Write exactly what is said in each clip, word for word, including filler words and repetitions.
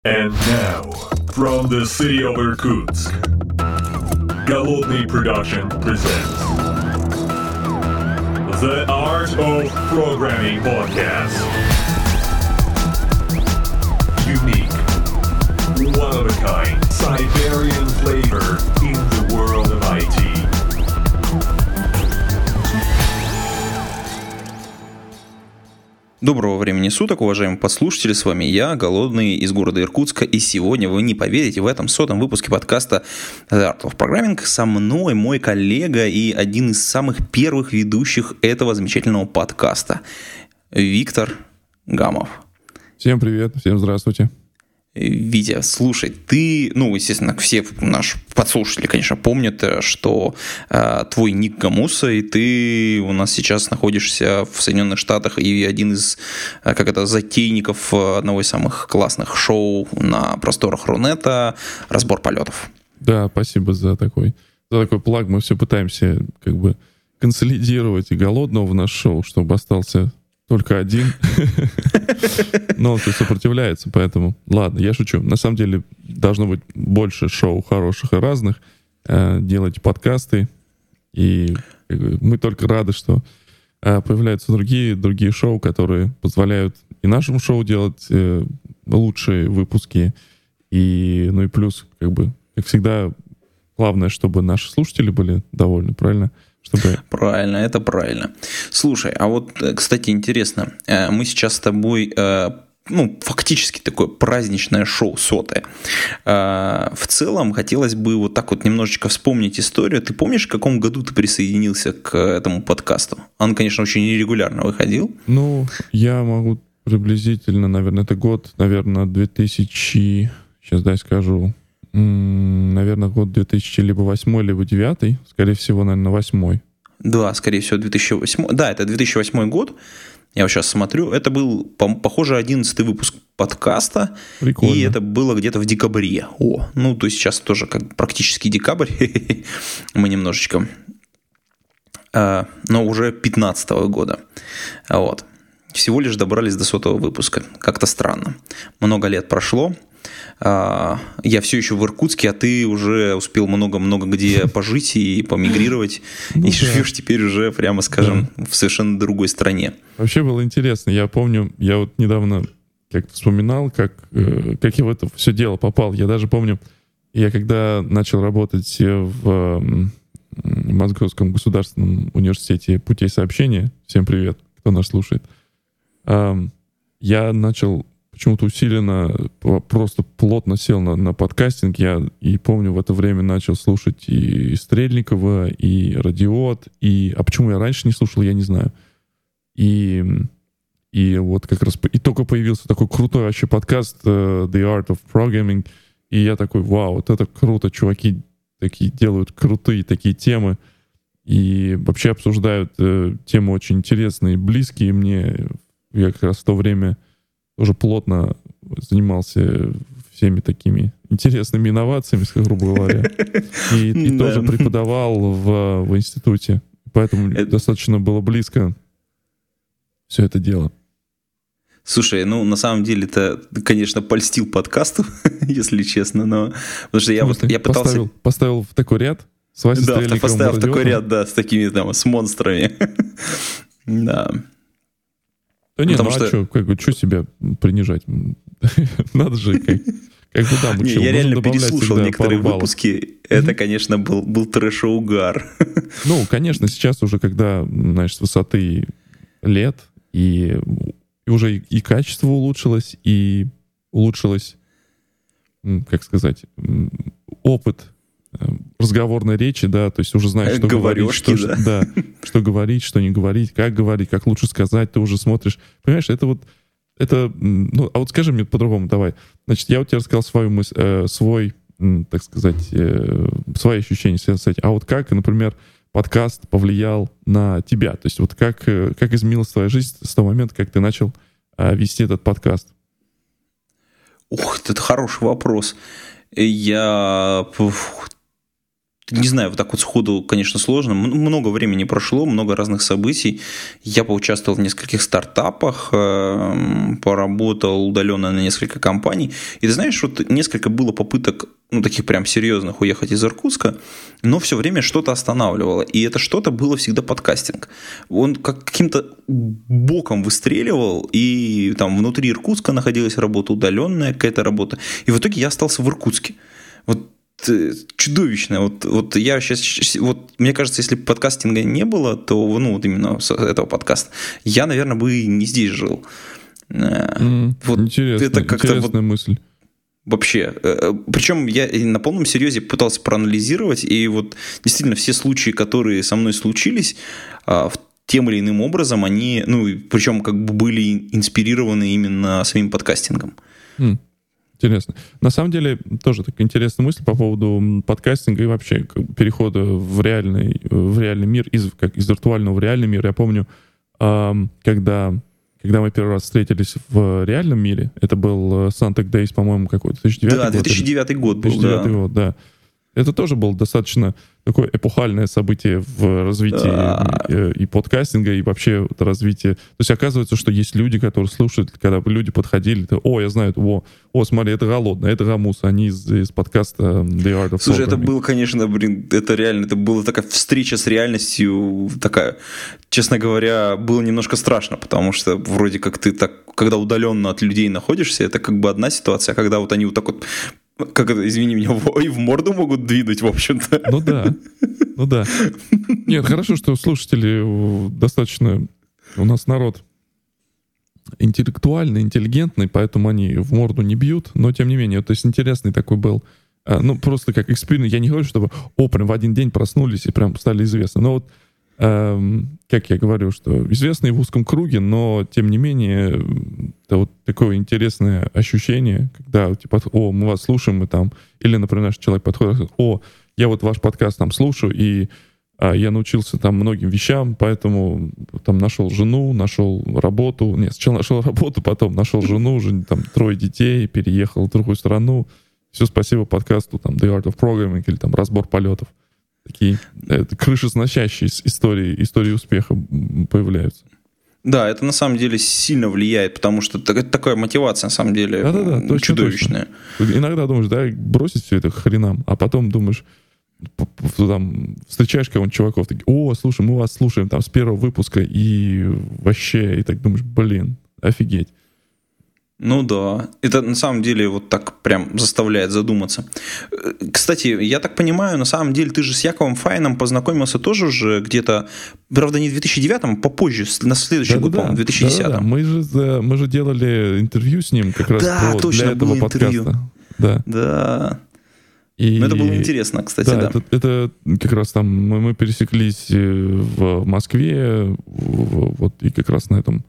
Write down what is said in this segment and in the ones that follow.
And now, from the city of Irkutsk, Голодный Production presents The Art of Programming Podcast. Unique, one-of-a-kind, Siberian flavor in the world of ай ти. Доброго времени суток, уважаемые подслушатели, с вами я, Голодный, из города Иркутска, и сегодня, вы не поверите, в этом сотом выпуске подкаста The Art of Programming со мной мой коллега и один из самых первых ведущих этого замечательного подкаста, Виктор Гамов. Всем привет, всем здравствуйте. Витя, слушай, ты, ну, естественно, все наши подслушатели, конечно, помнят, что э, твой ник Гамуса, и ты у нас сейчас находишься в Соединенных Штатах, и один из, э, как это, затейников одного из самых классных шоу на просторах Рунета «Разбор полетов». Да, спасибо за такой, за такой плаг. Мы все пытаемся как бы консолидировать и Голодного в наш шоу, чтобы остался только один. Но он все сопротивляется, поэтому... Ладно, я шучу. На самом деле должно быть больше шоу хороших и разных. Делайте подкасты. И мы только рады, что появляются другие, другие шоу, которые позволяют и нашему шоу делать лучшие выпуски. И, ну и плюс, как бы, как всегда, главное, чтобы наши слушатели были довольны, правильно? Чтобы... Правильно, это правильно. Слушай, а вот, кстати, интересно, мы сейчас с тобой, ну, фактически такое праздничное шоу сотое. В целом, хотелось бы вот так вот немножечко вспомнить историю. Ты помнишь, в каком году ты присоединился к этому подкасту? Он, конечно, очень нерегулярно выходил. Ну, я могу приблизительно, наверное, это год, наверное, две тысячи, сейчас дай скажу... Наверное, год две тысячи либо восьмой, либо девятый. Скорее всего, наверное, восьмой. Да, скорее всего, две тысячи восьмой. Да, это две тысячи восьмой год. Я вот сейчас смотрю. Это был, похоже, одиннадцатый выпуск подкаста. Прикольно. И это было где-то в декабре. О, ну, то есть сейчас тоже как практически декабрь. Мы немножечко... Но уже пятнадцатого года. Вот. Всего лишь добрались до сотого выпуска. Как-то странно. Много лет прошло. Я все еще в Иркутске, а ты уже успел много-много где пожить и помигрировать, ну, и да. Живешь теперь уже, прямо скажем, да. В совершенно другой стране. Вообще было интересно. Я помню, я вот недавно как-то вспоминал, как, как я в это все дело попал. Я даже помню, я когда начал работать в Московском государственном университете путей сообщения, всем привет, кто нас слушает, я начал... почему-то усиленно, просто плотно сел на, на подкастинг. Я и помню, в это время начал слушать и Стрельникова, и Радиот, и... А почему я раньше не слушал, я не знаю. И, и вот как раз... И только появился такой крутой вообще подкаст uh, The Art of Programming, и я такой, вау, вот это круто, чуваки такие делают крутые такие темы, и вообще обсуждают uh, темы очень интересные, близкие мне. Я как раз в то время... уже плотно занимался всеми такими интересными инновациями, грубо говоря. И, и тоже преподавал в, в институте. Поэтому это... достаточно было близко все это дело. Слушай, ну, на самом деле, ты, конечно, польстил подкасту, если честно, но... Потому что я, вот, я пытался... Поставил, поставил в такой ряд с Васей Да, Стрельниковым, поставил в такой ряд, да, с такими там, с монстрами. Да. Да нет, ну а что, как бы, что себя принижать? Надо же, как, как бы там... Не, я реально переслушал некоторые выпуски, это, конечно, был, был трэш-угар. Ну, конечно, сейчас уже, когда, знаешь, с высоты лет, и, и уже и, и качество улучшилось, и улучшилось, как сказать, опыт разговорной речи, да, то есть уже знаешь, что говорить, что, да. Да, что говорить, что не говорить, как говорить, как лучше сказать, ты уже смотришь. Понимаешь, это вот, это, ну, а вот скажи мне по-другому, давай. Значит, я вот тебе рассказал свою мысль, э, свой, э, так сказать, э, свои ощущения связаны с этим. А вот как, например, подкаст повлиял на тебя? То есть вот как, э, как изменилась твоя жизнь с того момента, как ты начал э, вести этот подкаст? Ух, это хороший вопрос. Я... не знаю, вот так вот сходу, конечно, сложно. Много времени прошло, много разных событий. Я поучаствовал в нескольких стартапах, поработал удаленно на несколько компаний. И ты знаешь, вот несколько было попыток, ну, таких прям серьезных, уехать из Иркутска, но все время что-то останавливало. И это что-то было всегда подкастинг. Он как каким-то боком выстреливал, и там внутри Иркутска находилась работа удаленная, какая-то работа. И в итоге я остался в Иркутске. Вот чудовищно. Вот, вот я сейчас, вот мне кажется, если бы подкастинга не было, то, ну, вот именно этого подкаста, я, наверное, бы не здесь жил. Mm, вот интересно, это как-то интересная вот мысль. Вообще. Причем я на полном серьезе пытался проанализировать, и вот действительно все случаи, которые со мной случились, тем или иным образом, они, ну, причем как бы были инспирированы именно самим подкастингом. Mm. Интересно. На самом деле, тоже такая интересная мысль по поводу подкастинга и вообще перехода в реальный, в реальный мир, из, как из виртуального в реальный мир. Я помню, когда, когда мы первый раз встретились в реальном мире, это был Suntec Days, по-моему, какой-то две тысячи девятый да, год. две тысячи девятый год был, две тысячи девятый год, да. Это тоже было достаточно такое эпохальное событие в развитии да. и, и подкастинга, и вообще развитие. То есть оказывается, что есть люди, которые слушают, когда люди подходили, то, о, я знаю, о, о, смотри, это Голодный, это Гамус, они из, из подкаста The Art of Слушай, это было, конечно, блин, это реально, это была такая встреча с реальностью, такая, честно говоря, было немножко страшно, потому что вроде как ты так, когда удаленно от людей находишься, это как бы одна ситуация, а когда вот они вот так вот, как это, извини меня, и в морду могут двинуть, в общем-то. Ну да, ну да. Нет, хорошо, что слушатели достаточно... У нас народ интеллектуальный, интеллигентный, поэтому они в морду не бьют, но тем не менее, то есть интересный такой был, ну просто как эксперимент. Я не говорю, чтобы, о, прям в один день проснулись и прям стали известны. Но вот, эм, как я говорю, что известные в узком круге, но тем не менее, это вот такое интересное ощущение, когда типа, о, мы вас слушаем, и там, или, например, человек подходит, говорит, о, я вот ваш подкаст там слушаю, и а, я научился там многим вещам, поэтому там нашел жену, нашел работу, нет, сначала нашел работу, потом нашел жену, уже там трое детей, переехал в другую страну. Все спасибо подкасту там The Art of Programming или там разбор полетов. Такие э, крышесносящие истории, истории успеха появляются. Да, это на самом деле сильно влияет, потому что это такая мотивация, на самом деле, да-да-да, точно, чудовищная. Точно. Иногда думаешь, да, бросить все это к хренам, а потом думаешь, там, встречаешь кого-нибудь чуваков, такие, о, слушай, мы вас слушаем там с первого выпуска, и вообще, и так думаешь, блин, офигеть. Ну да, это на самом деле вот так прям заставляет задуматься. Кстати, я так понимаю, на самом деле ты же с Яковом Файном познакомился тоже уже где-то, правда, не в две тысячи девятом, а попозже, на следующий да, год, да, по-моему, в две тысячи десятом. Да, да. Мы, же, мы же делали интервью с ним как раз да, по, точно, для этого было интервью. подкаста. Да, да. И, ну, это было интересно, кстати, да. да. Это, это как раз там мы, мы пересеклись в Москве, вот и как раз на этом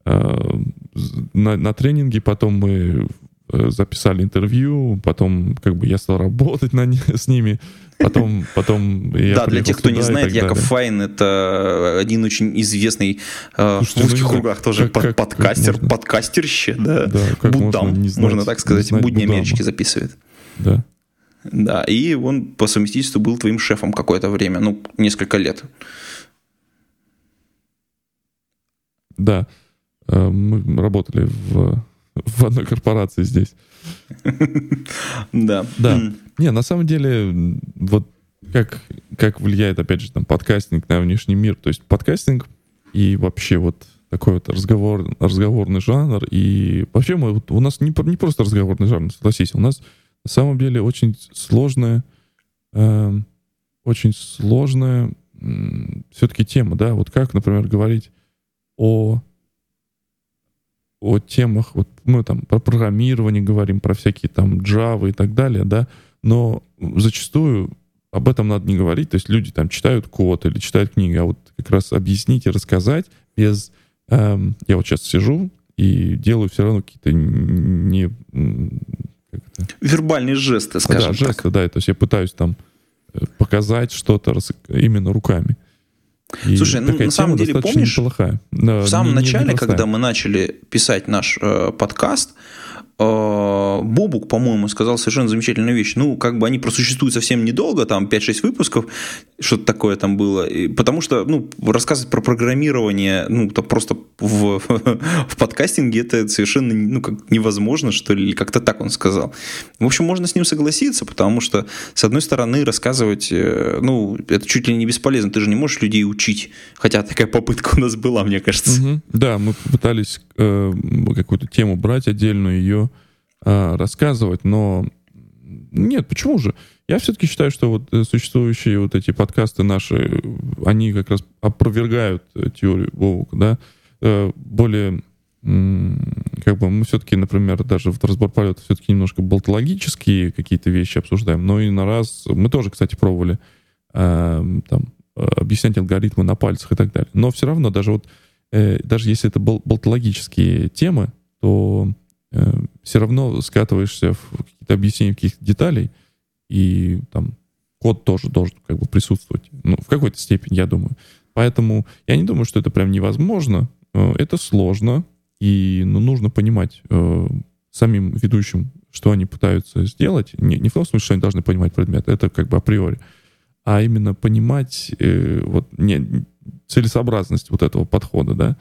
На, на тренинге, потом мы записали интервью, потом как бы я стал работать на, с ними, потом, потом я да, для тех, кто не знает, Яков далее. Файн — это один очень известный Слушайте, в узких ну, кругах тоже как, как, подкастер, как подкастерище, да, да Буддам, можно, знать, можно так сказать, будни Амерички записывает. Да. Да, и он по совместительству был твоим шефом какое-то время, ну, несколько лет. Да. Мы работали в, в одной корпорации здесь. Да. Да. Не, на самом деле, вот как, как влияет, опять же, там, подкастинг на внешний мир. То есть подкастинг и вообще вот такой вот разговор, разговорный жанр. И вообще мы, вот, у нас не, не просто разговорный жанр, согласись. У нас на самом деле очень сложная, э, очень сложная э, все-таки тема, да. Вот как, например, говорить о о темах, вот мы там про программирование говорим, про всякие там Java и так далее, да, но зачастую об этом надо не говорить, то есть люди там читают код или читают книги, а вот как раз объяснить и рассказать без... Эм, я вот сейчас сижу и делаю все равно какие-то не... Как это? Вербальные жесты, скажем да, так. жесты, да, то есть я пытаюсь там показать что-то именно руками. И слушай, ну на самом деле помнишь, неплохая. в самом не, начале, не когда мы начали писать наш э, подкаст, э, Бобук, по-моему, сказал совершенно замечательную вещь. Ну, как бы они просуществуют совсем недолго, там пять-шесть выпусков, что-то такое там было. И, потому что, ну, рассказывать про программирование, ну, это просто в, в подкастинге это совершенно, ну, как невозможно, что ли, или как-то так он сказал. В общем, можно с ним согласиться, потому что, с одной стороны, рассказывать, ну, это чуть ли не бесполезно. Ты же не можешь людей учить. Хотя такая попытка у нас была, мне кажется. Угу. Да, мы пытались э, какую-то тему брать отдельную, ее э, рассказывать, но нет, почему же? Я все-таки считаю, что вот существующие вот эти подкасты наши, они как раз опровергают теорию Бобука, да, э, более, м- как бы мы все-таки, например, даже в разбор полета все-таки немножко болтологические какие-то вещи обсуждаем, но и на раз, мы тоже, кстати, пробовали э, там объяснять алгоритмы на пальцах и так далее. Но все равно, даже вот э, даже если это бол- болтологические темы, то э, все равно скатываешься в какие-то объяснения каких-то деталей, и там код тоже должен как бы присутствовать. Ну, в какой-то степени, я думаю. Поэтому я не думаю, что это прям невозможно. Э, это сложно, и ну, нужно понимать э, самим ведущим, что они пытаются сделать. Не, не в том смысле, что они должны понимать предмет, это как бы априори, а именно понимать э, вот, не, целесообразность вот этого подхода, да.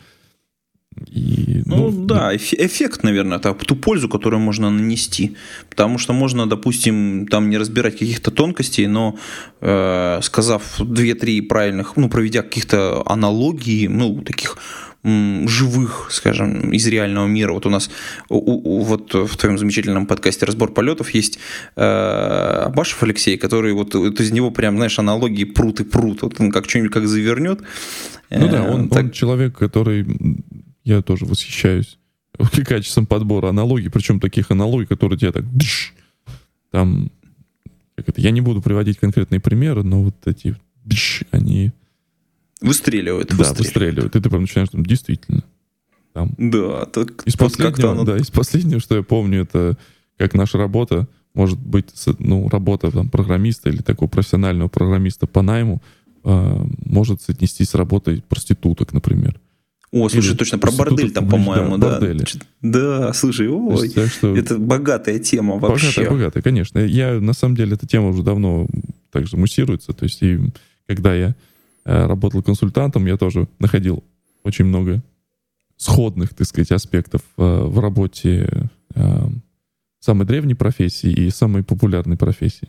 И, ну, ну да, эффект, наверное, это ту пользу, которую можно нанести. Потому что можно, допустим, там не разбирать каких-то тонкостей, но э, сказав две-три правильных, ну, проведя каких-то аналогий, ну, таких м, живых, скажем, из реального мира. Вот у нас у, у, вот в твоем замечательном подкасте «Разбор полетов» есть э, Абашев Алексей, который вот, вот из него прям, знаешь, аналогии прут и прут. Вот он как что-нибудь как завернет. Ну да, он, так... он человек, который... Я тоже восхищаюсь качеством подбора аналогий, причем таких аналогий, которые тебе так... Там... Как это, я не буду приводить конкретные примеры, но вот эти... Они... Выстреливают. Да, выстреливают. выстреливают. И ты прям начинаешь там, действительно. Там. Да. Так, из, последнего, оно... да, из последнего, что я помню, это как наша работа, может быть, ну, работа там, программиста или такого профессионального программиста по найму э, может соотнестись с работой проституток, например. О, слушай, или точно, про бордель там, по-моему, да. Да, да слушай, ой, есть, что... это богатая тема вообще. Богатая, богатая, конечно. Я, на самом деле, эта тема уже давно также муссируется. То есть, и когда я э, работал консультантом, я тоже находил очень много сходных, так сказать, аспектов э, в работе э, самой древней профессии и самой популярной профессии.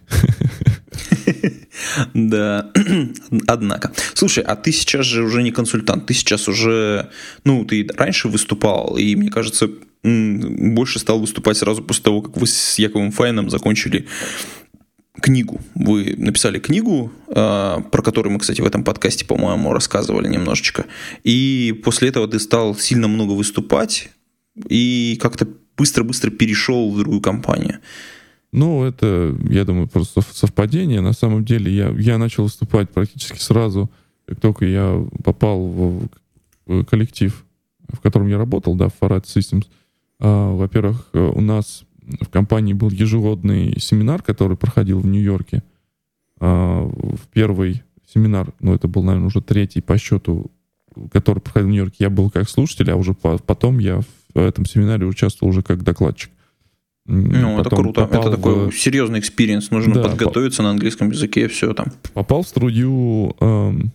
Да, однако. Слушай, а ты сейчас же уже не консультант, ты сейчас уже, ну, ты раньше выступал, и, мне кажется, больше стал выступать сразу после того, как вы с Яковом Файном закончили книгу. Вы написали книгу, про которую мы, кстати, в этом подкасте, по-моему, рассказывали немножечко, и после этого ты стал сильно много выступать, и как-то быстро-быстро перешел в другую компанию. Ну, это, я думаю, просто совпадение. На самом деле я, я начал выступать практически сразу, как только я попал в, в коллектив, в котором я работал, да, в Farad Systems. А, во-первых, у нас в компании был ежегодный семинар, который проходил в Нью-Йорке. А, в первый семинар, ну, это был, наверное, уже третий по счету, который проходил в Нью-Йорке, я был как слушатель, а уже по, потом я в этом семинаре участвовал уже как докладчик. Ну, это круто. Это такой в... серьезный экспириенс. Нужно да, подготовиться по... на английском языке, все там. Попал в струю эм,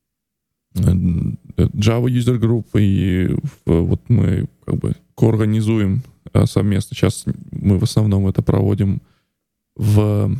Java User Group, и вот мы как бы коорганизуем совместно. Сейчас мы в основном это проводим в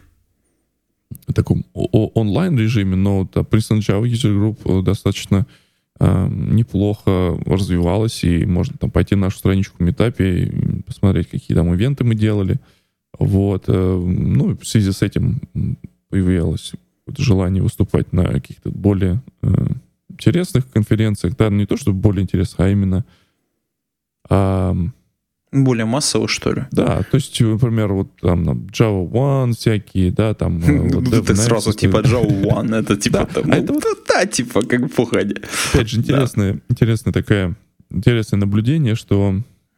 таком онлайн-режиме, но да, Princeton Java User Group достаточно неплохо развивалась, и можно там пойти на нашу страничку в Митапе и посмотреть, какие там ивенты мы делали. Вот. Ну, в связи с этим появилось желание выступать на каких-то более э, интересных конференциях. Да, не то, чтобы более интересных, а именно... А, более массово, что ли? Да, то есть, например, вот там Java One всякие, да, там... Ты сразу типа Java One, это типа там... Да, типа как в походе. Опять же, интересная такая... Интересное наблюдение, что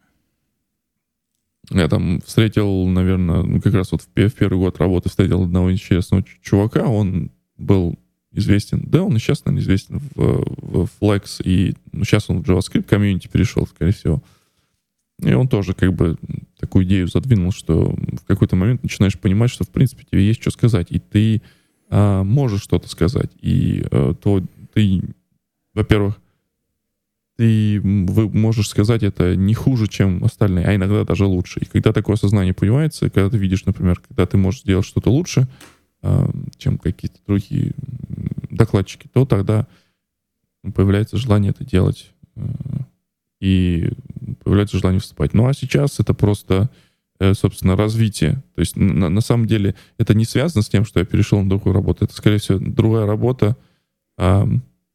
я там встретил, наверное, ну, как раз вот в, в первый год работы встретил одного интересного чувака, он был известен, да, он и сейчас, наверное, известен в, в Flex, и ну, сейчас он в JavaScript комьюнити перешел, скорее всего. И он тоже как бы такую идею задвинул, что в какой-то момент начинаешь понимать, что в принципе тебе есть что сказать, и ты а, можешь что-то сказать. И а, то ты, во-первых, ты вы можешь сказать это не хуже, чем остальные, а иногда даже лучше. И когда такое осознание появляется, когда ты видишь, например, когда ты можешь сделать что-то лучше, а, чем какие-то другие докладчики, то тогда появляется желание это делать. И появляется желание выступать. Ну а сейчас это просто, собственно, развитие. То есть на, на самом деле это не связано с тем, что я перешел на другую работу. Это, скорее всего, другая работа. А,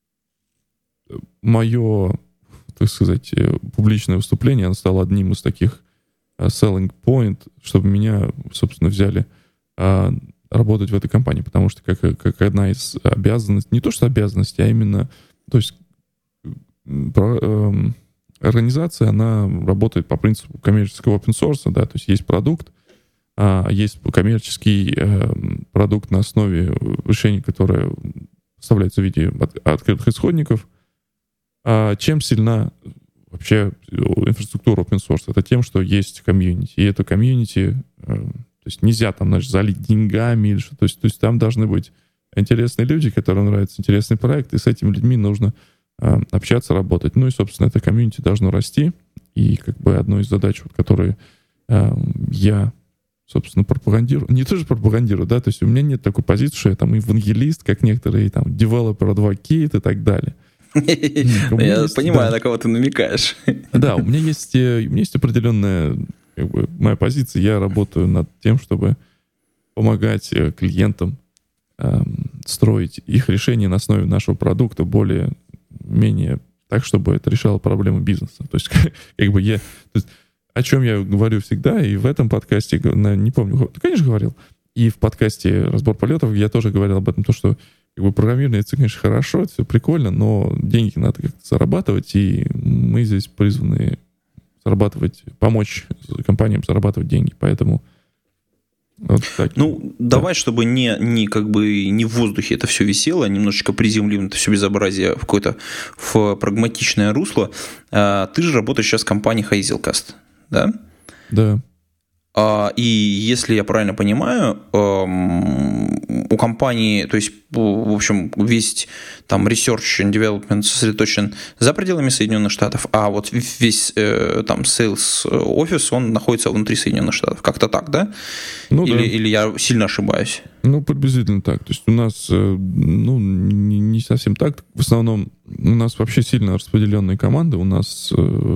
мое, так сказать, публичное выступление, оно стало одним из таких selling point, чтобы меня, собственно, взяли а, работать в этой компании. Потому что как, как одна из обязанностей, не то что обязанностей, а именно, то есть про, эм, организация, она работает по принципу коммерческого open source, да, то есть есть продукт, а есть коммерческий э, продукт на основе решений, которое поставляется в виде от, открытых исходников. А чем сильна вообще инфраструктура open source? Это тем, что есть комьюнити. И это комьюнити, э, то есть нельзя там, значит, залить деньгами или что-то. То есть, то есть там должны быть интересные люди, которым нравится интересный проект, и с этими людьми нужно общаться, работать. Ну и, собственно, это комьюнити должно расти. И как бы одной из задач, вот, которые э, я, собственно, пропагандирую, не тоже пропагандирую, да, то есть у меня нет такой позиции, что я там евангелист, как некоторые там developer advocate и так далее. Я понимаю, на кого ты намекаешь. Да, у меня есть, у меня есть определенная как бы, моя позиция. Я работаю над тем, чтобы помогать клиентам строить их решения на основе нашего продукта более менее так, чтобы это решало проблемы бизнеса. То есть, как бы я... То есть, о чем я говорю всегда, и в этом подкасте, не помню, конечно, говорил, и в подкасте «Разбор полетов» я тоже говорил об этом, то, что как бы, программирование, это, конечно, хорошо, это все прикольно, но деньги надо как-то зарабатывать, и мы здесь призваны зарабатывать, помочь компаниям зарабатывать деньги. Поэтому вот так. Ну, да. Давай, чтобы не, не, как бы, не в воздухе это все висело, немножечко приземлим это все безобразие в какое-то в прагматичное русло. Ты же работаешь сейчас в компании Hazelcast, да? Да. И если я правильно понимаю, у компании, то есть, в общем, весь там research and development сосредоточен за пределами Соединенных Штатов, а вот весь там sales офис, он находится внутри Соединенных Штатов. Как-то так, да? Ну, или, да. или я сильно ошибаюсь? Ну, приблизительно так. То есть у нас, ну, не совсем так. В основном у нас вообще сильно распределенные команды. У нас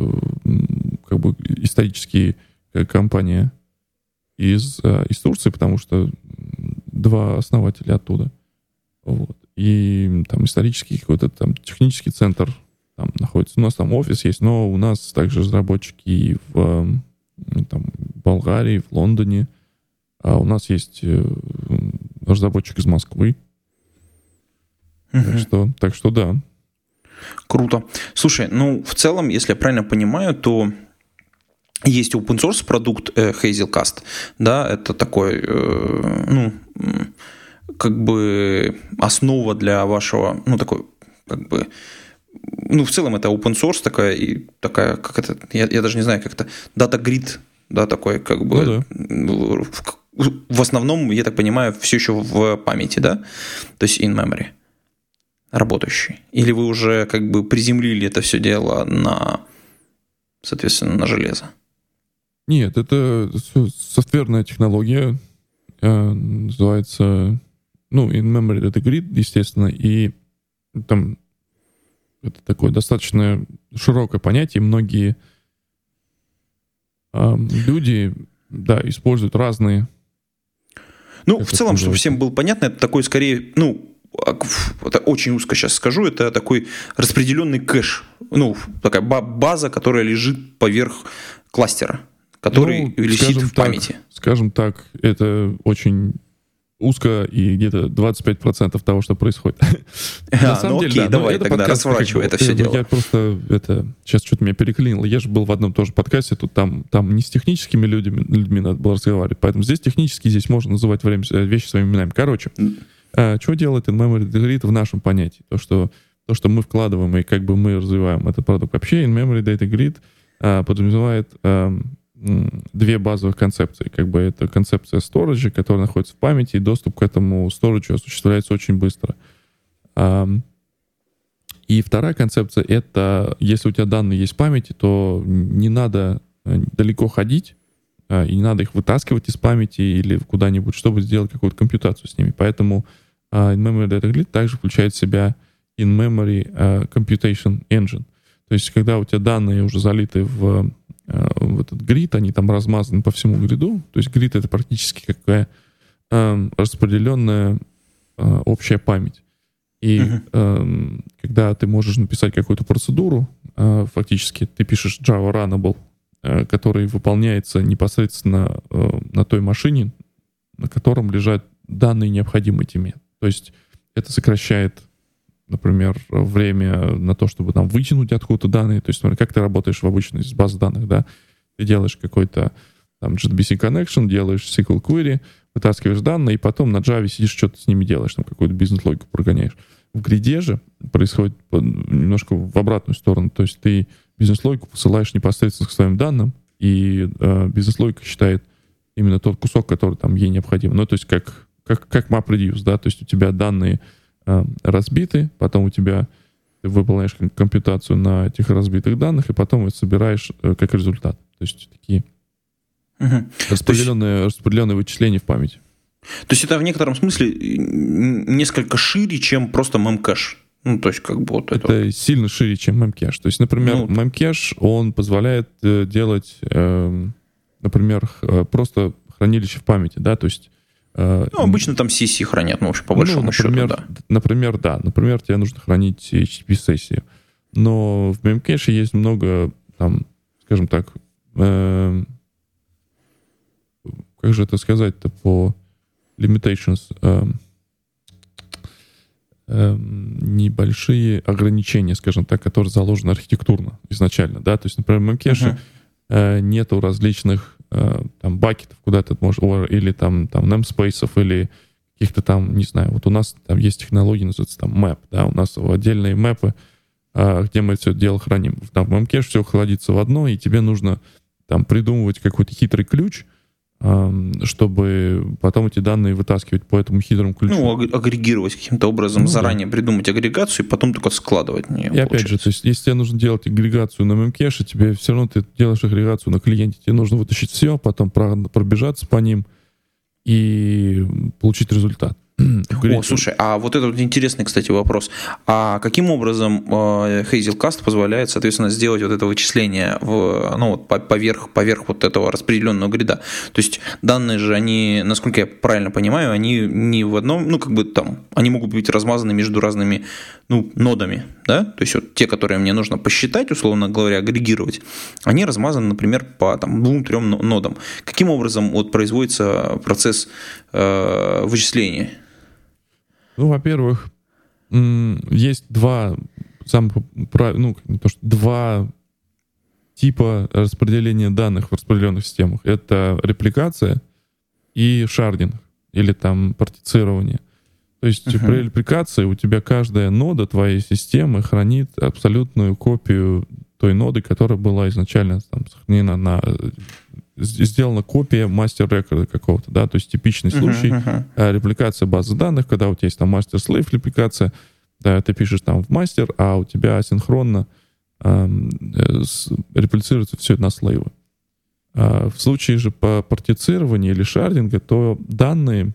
как бы исторически компания из, из Турции, потому что два основателя оттуда. Вот. И там исторический какой-то там технический центр там находится. У нас там офис есть, но у нас также разработчики в там, Болгарии, в Лондоне. А у нас есть разработчик из Москвы. Uh-huh. Так что, так что да. Круто. Слушай, ну в целом, если я правильно понимаю, то есть open source продукт э, Hazelcast, да, это такой, э, ну, как бы основа для вашего, ну, такой, как бы, ну, в целом это open source такая, и такая, как это, я, я даже не знаю, как это, data grid, да, такой, как бы, ну, да. в, в основном, я так понимаю, все еще в памяти, да, то есть in memory, работающий. Или вы уже, как бы, приземлили это все дело на, соответственно, на железо? Нет, это софтверная технология, э, называется, ну, in-memory data grid, естественно, и там это такое достаточно широкое понятие. Многие э, люди, да, используют разные... Ну, в целом, чтобы всем было понятно, это такой, скорее, ну, это очень узко сейчас скажу, это такой распределенный кэш, ну, такая база, которая лежит поверх кластера, который ну, висит в памяти. Так, скажем так, это очень узко и где-то двадцать пять процентов того, что происходит. А, На самом ну деле, окей, да, давай тогда подкаст, разворачивай как, это все я, дело. Я просто, это, сейчас что-то меня переклинило. Я же был в одном тоже подкасте, тут там, там не с техническими людьми, людьми надо было разговаривать, поэтому здесь технически, здесь можно называть время, вещи своими именами. Короче, а, что делает in-memory data grid в нашем понятии? То что, то, что мы вкладываем и как бы мы развиваем этот продукт. Вообще in-memory data grid э, подразумевает э, две базовых концепции. Как бы это концепция storage, которая находится в памяти, и доступ к этому storage осуществляется очень быстро. Э, и вторая концепция — это если у тебя данные есть в памяти, то не надо далеко ходить, э, и не надо их вытаскивать из памяти или куда-нибудь, чтобы сделать какую-то компьютацию с ними. Поэтому э, In-Memory Data Grid также включает в себя In-Memory uh, Computation Engine. То есть, когда у тебя данные уже залиты в, uh, в этот грид, они там размазаны по всему гриду. То есть грид — это практически какая uh, распределенная uh, общая память. И uh-huh. uh, когда ты можешь написать какую-то процедуру, uh, фактически ты пишешь Java Runnable, uh, который выполняется непосредственно uh, на той машине, на котором лежат данные, необходимые тебе. То есть это сокращает, например, время на то, чтобы там вытянуть откуда-то данные. То есть, смотри, как ты работаешь в обычной базе данных, да? Ты делаешь какой-то там джей ди би си connection, делаешь эс ку эль query, вытаскиваешь данные, и потом на Java сидишь, что-то с ними делаешь, там какую-то бизнес-логику прогоняешь. В гриде же происходит немножко в обратную сторону. То есть ты бизнес-логику посылаешь непосредственно к своим данным, и э, бизнес-логика считает именно тот кусок, который там ей необходим. Ну, то есть как, как, как MapReduce, да? То есть у тебя данные разбиты, потом у тебя ты выполняешь компьютацию на этих разбитых данных, и потом их собираешь э, как результат. То есть такие угу. распределенные, есть, распределенные вычисления в памяти. То есть это в некотором смысле несколько шире, чем просто мемкэш. Ну, то есть как бы вот это... Это сильно шире, чем мемкэш. То есть, например, ну, мемкэш, он позволяет э, делать, э, например, э, просто хранилище в памяти, да, то есть Ну, обычно там сессии хранят, ну, в общем, по большому ну, например, счету, да. Например, да. Например, тебе нужно хранить эйч ти ти пи-сессии. Но в мемкэше есть много, там, скажем так, э, как же это сказать-то по limitations, э, э, небольшие ограничения, скажем так, которые заложены архитектурно изначально, да. То есть, например, в мемкэше uh-huh. э, нету различных там бакетов, куда ты можешь, или там, там namespace'ов, или каких-то там, не знаю, вот у нас там есть технология, называется там map, да, у нас отдельные мэпы, где мы все это дело храним. Там в Memcache все хранится в одно, и тебе нужно там придумывать какой-то хитрый ключ, чтобы потом эти данные вытаскивать по этому хитрому ключу. Ну, агрегировать каким-то образом, ну, заранее да. придумать агрегацию и потом только складывать в нее. И опять же, то есть, если тебе нужно делать агрегацию на Memcache, тебе все равно ты делаешь агрегацию на клиенте, тебе нужно вытащить все, потом пробежаться по ним и получить результат. О, слушай, а вот это вот интересный, кстати, вопрос. А каким образом э, Hazelcast позволяет, соответственно, сделать вот это вычисление в, ну, вот, поверх, поверх вот этого распределенного грида? То есть данные же, они, насколько я правильно понимаю, они не в одном, ну, как бы там, они могут быть размазаны между разными, ну, нодами, да? То есть вот те, которые мне нужно посчитать, условно говоря, агрегировать, они размазаны, например, по там двум-трем нодам. Каким образом вот производится процесс э, вычисления? Ну, во-первых, есть два самых, ну, не то, что два типа распределения данных в распределенных системах. Это репликация и шардинг, или там партицирование. То есть uh-huh. при репликации у тебя каждая нода твоей системы хранит абсолютную копию той ноды, которая была изначально там сохранена на... сделана копия мастер-рекорда какого-то, да, то есть типичный случай uh-huh, uh-huh. репликация базы данных, когда у тебя есть там мастер-слейв репликация, да, ты пишешь там в мастер, а у тебя асинхронно э, с, реплицируется все это на слейвы. А в случае же по партицированию или шардинга, то данные...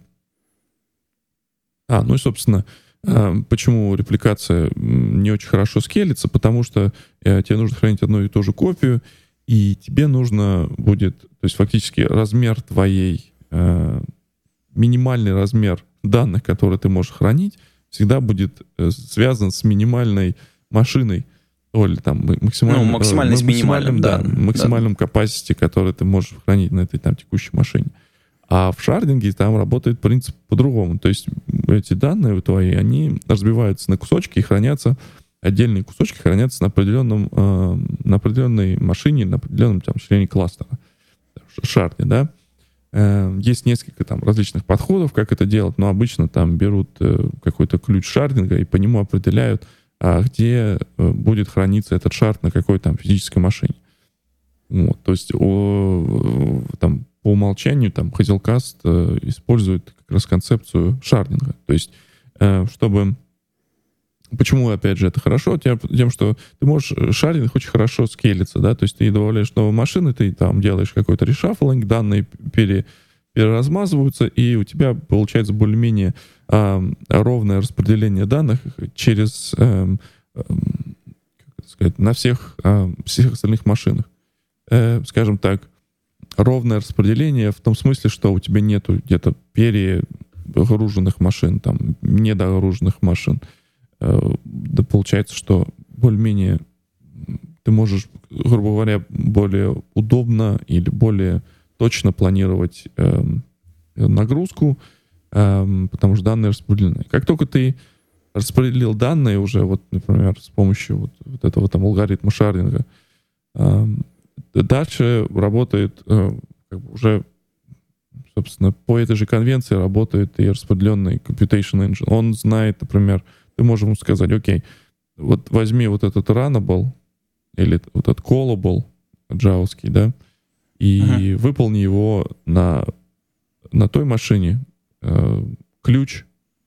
А, ну и, собственно, э, почему репликация не очень хорошо скейлится, потому что э, тебе нужно хранить одну и ту же копию, и тебе нужно будет, то есть фактически размер твоей, э, минимальный размер данных, которые ты можешь хранить, всегда будет э, связан с минимальной машиной, или там максимальным, ну, максимально э, с минимальным, да, да, максимальным да. capacity, который ты можешь хранить на этой там текущей машине. А в шардинге там работает принцип по-другому. То есть эти данные твои, они разбиваются на кусочки и хранятся, отдельные кусочки хранятся на определенном, э, на определенной машине, на определенном там члене кластера, шарде, да. Э, есть несколько там различных подходов, как это делать, но обычно там берут э, какой-то ключ шардинга и по нему определяют, а где э, будет храниться этот шард на какой там физической машине. Вот, то есть о, там, по умолчанию там, Hazelcast э, использует как раз концепцию шардинга. То есть, э, чтобы... Почему, опять же, это хорошо? Тем, тем, что ты можешь... Шардинг очень хорошо скейлиться, да? То есть ты добавляешь новые машины, ты там делаешь какой-то решаффлинг, данные пере, переразмазываются, и у тебя получается более-менее э, ровное распределение данных через... Э, э, как сказать, на всех, э, всех остальных машинах. Э, скажем так, ровное распределение в том смысле, что у тебя нету где-то перегруженных машин, там, недогруженных машин. Э, да получается, что более-менее ты можешь, грубо говоря, более удобно или более точно планировать э, нагрузку, э, потому что данные распределены. Как только ты распределил данные уже, вот, например, с помощью вот, вот этого там алгоритма шардинга, э, дальше работает э, как бы уже, собственно, по этой же конвенции работает и распределенный computation engine. Он знает, например, ты можешь ему сказать, окей, вот возьми вот этот runnable или вот этот callable джавовский, да, и uh-huh. выполни его на, на той машине э, ключ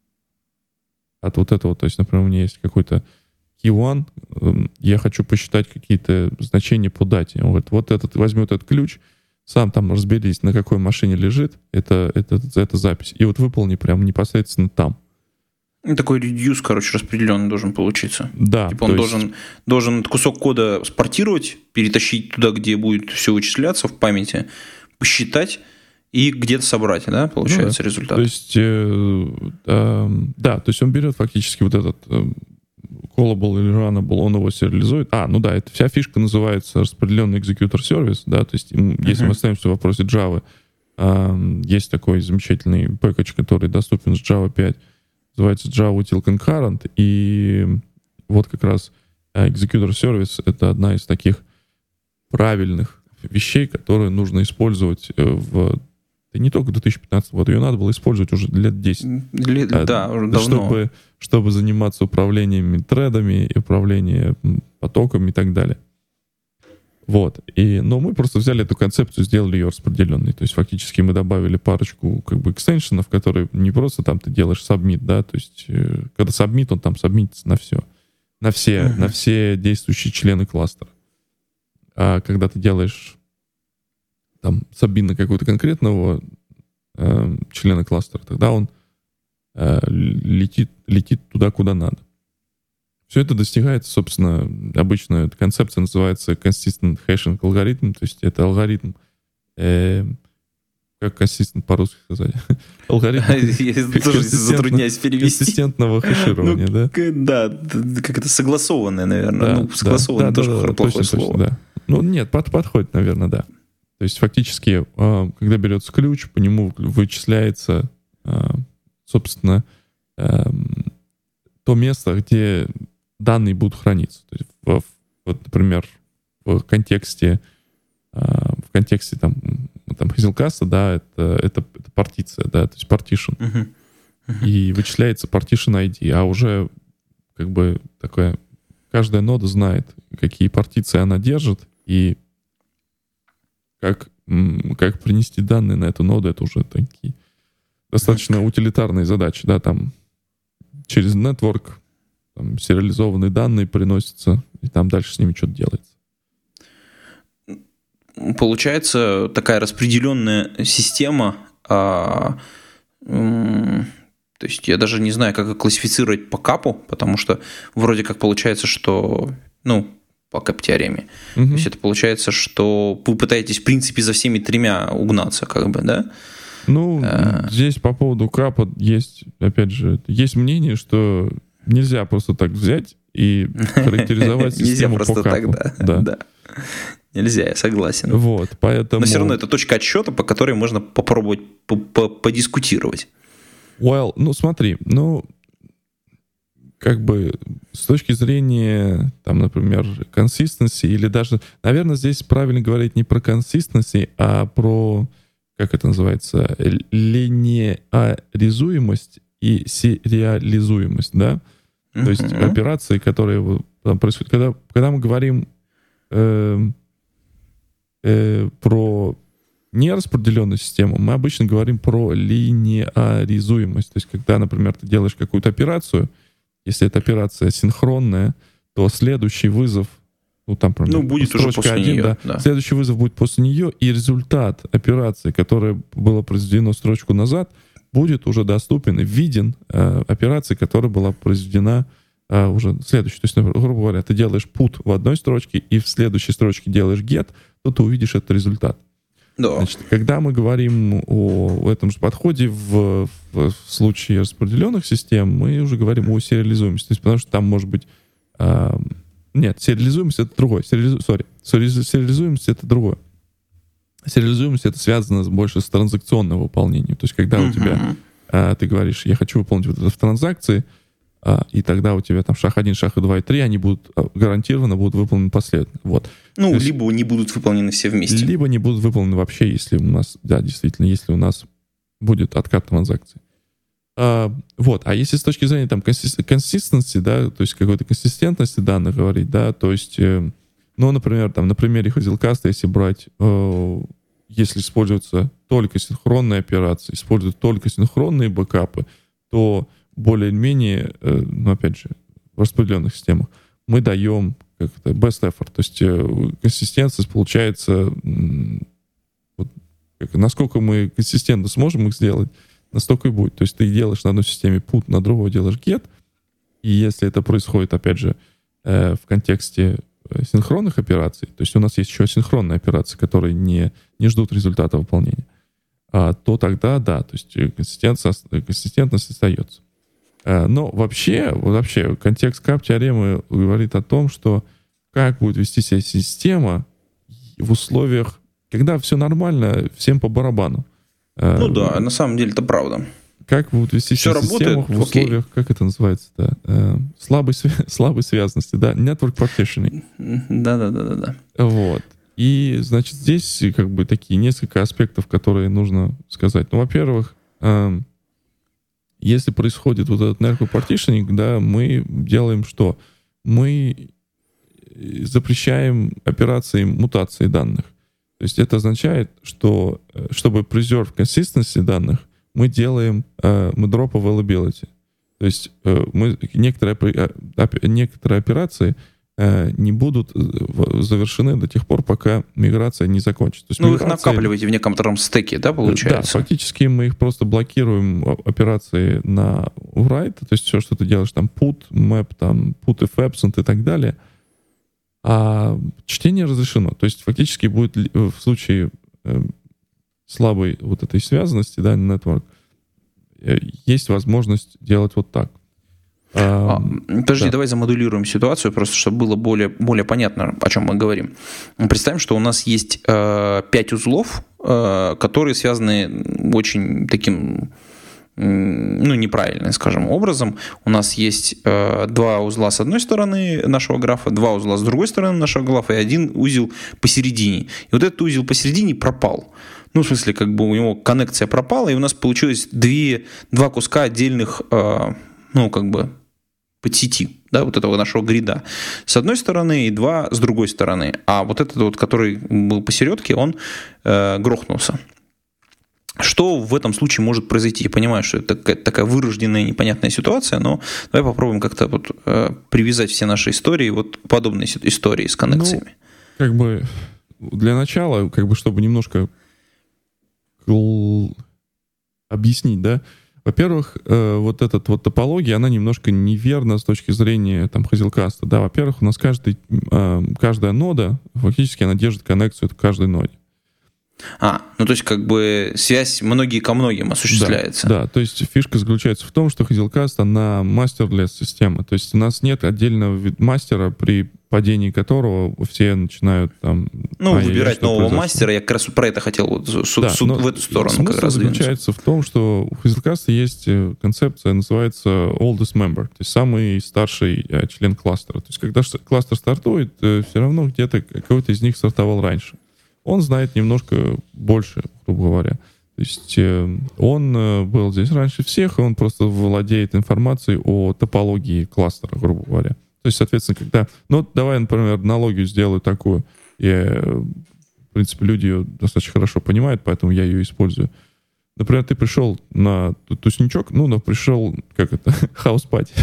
от вот этого. То есть, например, у меня есть какой-то кей один, я хочу посчитать какие-то значения по дате. Он говорит, вот этот, возьми вот этот ключ, сам там разберись, на какой машине лежит эта, эта, эта запись, и вот выполни прям непосредственно там. Такой редюс, короче, распределенный должен получиться. Да. Типа он есть... должен, должен кусок кода спортировать, перетащить туда, где будет все вычисляться в памяти, посчитать и где-то собрать, да, получается, ну, да. результат. То есть, э, э, да, то есть он берет фактически вот этот... Э, callable или runnable, он его сериализует. А, ну да, эта вся фишка называется распределенный экзекьютор сервис, да, то есть uh-huh. если мы остаемся в вопросе Java, э, есть такой замечательный пэкэдж, который доступен с Java пять, называется Java Util Concurrent, и вот как раз экзекьютор сервис — это одна из таких правильных вещей, которые нужно использовать в... Да не только в две тысячи пятнадцатом году, ее надо было использовать уже лет десять. Лет, а, да, уже давно. Чтобы, чтобы заниматься управлением тредами, и управлением потоками и так далее. Вот. И, но мы просто взяли эту концепцию, сделали ее распределенной. То есть фактически мы добавили парочку как бы экстеншенов, которые не просто там ты делаешь submit, да, то есть когда submit, он там сабмитится на все. На все, uh-huh. на все действующие члены кластера. А когда ты делаешь там сабмит на какого-то конкретного э, члена кластера, тогда он э, летит, летит туда, куда надо. Все это достигается, собственно, обычно эта концепция называется consistent hashing алгоритм, то есть это алгоритм, э, как consistent по-русски сказать? Алгоритм я тоже затрудняюсь перевести. Консистентного хэширования, да? Да, как это согласованное, наверное. Ну, согласованное тоже плохое слово. Ну, нет, подходит, наверное, да. То есть фактически, когда берется ключ, по нему вычисляется, собственно, то место, где данные будут храниться. То есть, в, вот, например, в контексте, в контексте там, там Hazelcast, да, это, это, это партиция, да, то есть partition. Uh-huh. Uh-huh. И вычисляется partition ай ди, а уже как бы такая, каждая нода знает, какие партиции она держит, и как, как принести данные на эту ноду, это уже такие достаточно uh-huh. утилитарные задачи, да, там через network там, сериализованные данные приносятся, и там дальше с ними что-то делается. Получается такая распределенная система, а, м, то есть я даже не знаю, как ее классифицировать по капу, потому что вроде как получается, что, ну, по кап-теореме, угу. то есть это получается, что вы пытаетесь, в принципе, за всеми тремя угнаться, как бы, да? Ну, а... здесь по поводу капа есть, опять же, есть мнение, что нельзя просто так взять и характеризовать систему по капу. Нельзя просто так, да. да. Нельзя, я согласен. Вот, поэтому... Но все равно это точка отсчета, по которой можно попробовать подискутировать. Well, ну смотри, ну, как бы с точки зрения, там, например, consistency, или даже, наверное, здесь правильно говорить не про consistency, а про, как это называется, линеаризуемость и сериализуемость, да? Uh-huh. То есть операции, которые там происходят. Когда, когда мы говорим... Э, э, про нераспределенную систему, мы обычно говорим про линеаризуемость. То есть, когда, например, ты делаешь какую-то операцию, если эта операция синхронная, то следующий вызов, ну, там, например, ну, будет уже после один, нее. Да, да. Следующий вызов будет после нее, и результат операции, которая была произведена строчку назад, будет уже доступен и виден э, операции, которая была произведена э, уже следующей. То есть, например, грубо говоря, ты делаешь put в одной строчке, и в следующей строчке делаешь get, то ты увидишь этот результат. Да. Значит, когда мы говорим о этом же подходе в, в, в случае распределенных систем, мы уже говорим о сериализуемости. То есть, потому что там может быть... Э, нет, сериализуемость — это другое. Сериализу, sorry, сериализуемость — это другое. Сериализуемость — это связано больше с транзакционным выполнением. То есть, когда uh-huh. у тебя... Э, ты говоришь, я хочу выполнить вот это в транзакции, э, и тогда у тебя там шаг один, шаг два и три, они будут гарантированно будут выполнены последовательно. Вот. Ну, То либо есть, не будут выполнены все вместе. Либо не будут выполнены вообще, если у нас, да, действительно, если у нас будет откат транзакций. А, вот, а если с точки зрения там консистенции, да, то есть какой-то консистентности данных говорить, да, то есть, э, ну, например, там, на примере Hazelcast, если брать, э, если используются только синхронные операции, используют только синхронные бэкапы, то более-менее, э, ну, опять же, в распределенных системах мы даем как-то best effort, то есть э, консистентность получается, э, вот, как, насколько мы консистентно сможем их сделать, настолько и будет. То есть ты делаешь на одной системе put, на другой делаешь get, и если это происходит, опять же, э, в контексте э, синхронных операций, то есть у нас есть еще асинхронные операции, которые не, не ждут результата выполнения, а, то тогда, да, то есть консистентность, консистентность остается. А, но вообще, вообще контекст кап-теоремы говорит о том, что как будет вести себя система в условиях, когда все нормально, всем по барабану. Ну да, на самом деле это правда. Как будут вести себя в системах в условиях, как это называется, да, э, слабой, слабой связанности, да, network partitioning. Да-да-да-да. Вот. И, значит, здесь как бы такие несколько аспектов, которые нужно сказать. Ну, во-первых, э, если происходит вот этот network partitioning, да, мы делаем что? Мы запрещаем операции мутации данных. То есть это означает, что чтобы preserve consistency данных, мы делаем, мы drop availability. То есть мы, некоторые, некоторые операции не будут завершены до тех пор, пока миграция не закончится. То есть ну, миграция... вы их накапливаете в некотором стеке, да, получается? Да, фактически мы их просто блокируем операции на write, то есть все, что ты делаешь, там put, map, там put if absent и так далее, а чтение разрешено. То есть фактически будет в случае э, слабой вот этой связанности, да, network, э, есть возможность делать вот так. А, подожди, да. Давай замодулируем ситуацию, просто чтобы было более, более понятно, о чем мы говорим. Представим, что у нас есть э, пять узлов, э, которые связаны очень таким... ну, неправильным, скажем, образом. У нас есть э, два узла с одной стороны нашего графа, два узла с другой стороны нашего графа и один узел посередине. И вот этот узел посередине пропал. Ну, в смысле, как бы у него коннекция пропала, и у нас получилось две, два куска отдельных, э, ну, как бы, подсети, да, вот этого нашего грида. С одной стороны и два с другой стороны. А вот этот вот, который был посередке, он э, грохнулся. Что в этом случае может произойти? Я понимаю, что это такая вырожденная непонятная ситуация, но давай попробуем как-то вот, э, привязать все наши истории, вот подобные истории с коннекциями. Ну, как бы для начала, как бы чтобы немножко объяснить, да, во-первых, э, вот эта вот топология, она немножко неверна с точки зрения там Hazelcast. Да, во-первых, у нас каждый, э, каждая нода, фактически она держит коннекцию к каждой ноде. А, ну то есть как бы связь многие ко многим осуществляется. Да, да, то есть фишка заключается в том, что Hazelcast, она мастерлесс система. То есть у нас нет отдельного мастера, при падении которого все начинают там... Ну, выбирать нового мастера, я как раз про это хотел вот, су- да, су- в эту сторону как раз двинуться. Заключается в том, что у Hazelcast есть концепция, называется oldest member, то есть самый старший член кластера. То есть когда кластер стартует, все равно где-то какой-то из них стартовал раньше. Он знает немножко больше, грубо говоря. То есть э, он э, был здесь раньше всех, и он просто владеет информацией о топологии кластера, грубо говоря. То есть, соответственно, когда... Ну, давай, например, аналогию сделаю такую. Я в принципе, люди ее достаточно хорошо понимают, поэтому я ее использую. Например, ты пришел на тусничок, ну, но пришел, как это, хаус-пати,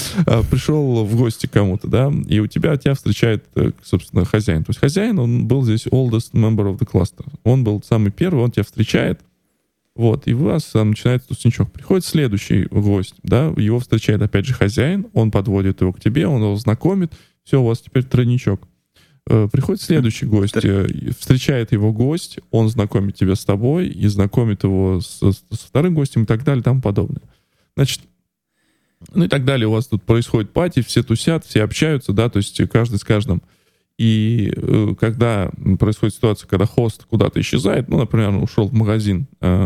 пришел в гости к кому-то, да, и у тебя, тебя встречает, собственно, хозяин. То есть хозяин, он был здесь oldest member of the cluster. Он был самый первый, он тебя встречает, вот, и у вас там начинается тусничок. Приходит следующий гость, да, его встречает опять же хозяин, он подводит его к тебе, он его знакомит, все, у вас теперь тройничок. Приходит следующий гость, встречает его гость, он знакомит тебя с тобой и знакомит его с, с вторым гостем и так далее и тому подобное. Значит, ну и так далее. У вас тут происходит пати, все тусят, все общаются, да, то есть каждый с каждым. И э, когда происходит ситуация, когда хост куда-то исчезает, ну, например, он ушел в магазин, э,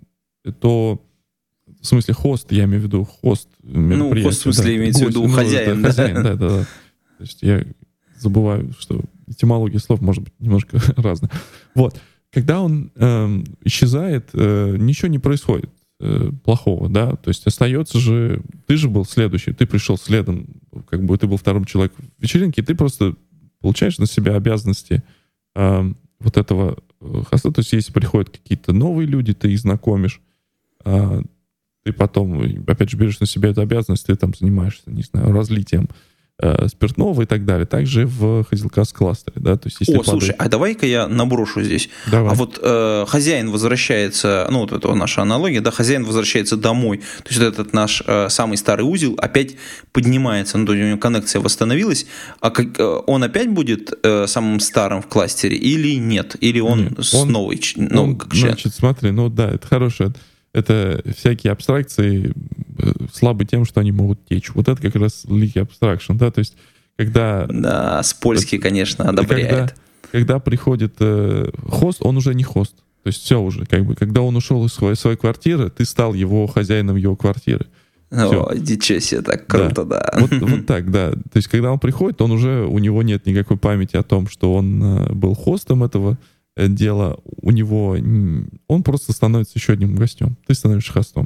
то, в смысле, хост, я имею в виду хост мероприятия. Ну, хост, в смысле, да, имеется гость, в виду ну, хозяин, да? Хозяин, да, да, да. То есть я забываю, что этимология слов может быть немножко разная. Вот. Когда он э, исчезает, э, ничего не происходит э, плохого, да, то есть остается же, ты же был следующий, ты пришел следом, как бы ты был вторым человеком в вечеринке, и ты просто получаешь на себя обязанности э, вот этого хоста, то есть если приходят какие-то новые люди, ты их знакомишь, э, ты потом, опять же, берешь на себя эту обязанность, ты там занимаешься, не знаю, разлитием спиртного и так далее. Также в Hazelcast кластере, да, то есть если О, падает... слушай, а давай-ка я наброшу здесь. Давай. А вот э, хозяин возвращается, ну, вот это наша аналогия, да, хозяин возвращается домой, то есть этот наш э, самый старый узел опять поднимается, ну, то есть у него коннекция восстановилась, а как, э, он опять будет э, самым старым в кластере или нет? Или он нет, с он, новый, новый он, как член? Значит, смотри, ну да, это хорошее. Это всякие абстракции слабы тем, что они могут течь. Вот это как раз leaky abstraction, да, то есть когда... Да, Спольский, конечно, одобряет. Когда, когда приходит э, хост, он уже не хост. То есть все уже, как бы, когда он ушел из своей, своей квартиры, ты стал его хозяином его квартиры. Все. О, ничего себе, так круто, да. да. Вот, вот так, да. То есть когда он приходит, он уже, у него нет никакой памяти о том, что он э, был хостом этого дело, у него, он просто становится еще одним гостем. Ты становишься хостом.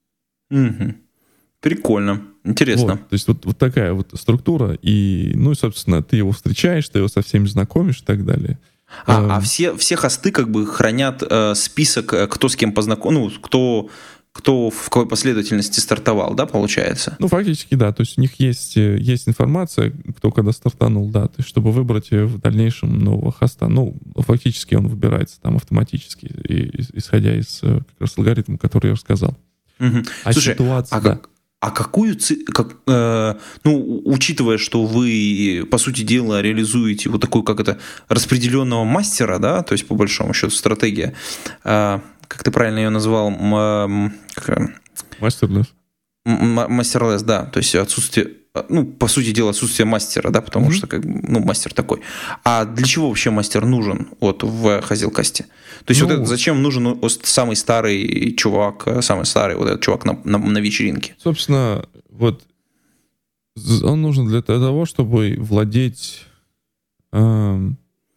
Угу. Прикольно, интересно. Вот, то есть вот, вот такая вот структура, и, ну, и, собственно, ты его встречаешь, ты его со всеми знакомишь и так далее. А, эм... а все, все хосты как бы хранят э, список, кто с кем познакомился, ну, кто... кто в какой последовательности стартовал, да, получается? Ну, фактически, да. То есть у них есть, есть информация, кто когда стартанул, да, то есть чтобы выбрать в дальнейшем нового хоста. Ну, фактически он выбирается там автоматически, и, исходя из как раз алгоритма, который я рассказал. Угу. А Слушай, ситуация, а, да. как, а какую, как, э, ну, учитывая, что вы, по сути дела, реализуете вот такую, как это, распределенного мастера, да, то есть, по большому счету, стратегия, э, как ты правильно ее назвал? Мастерлесс. Мастерлесс, да. То есть отсутствие, ну, по сути дела, отсутствие мастера, да, потому mm-hmm. что, как, ну, мастер такой. А для чего вообще мастер нужен вот в Hazelcast? То есть ну, вот это зачем нужен самый старый чувак, самый старый вот этот чувак на, на, на вечеринке? Собственно, вот он нужен для того, чтобы владеть эм,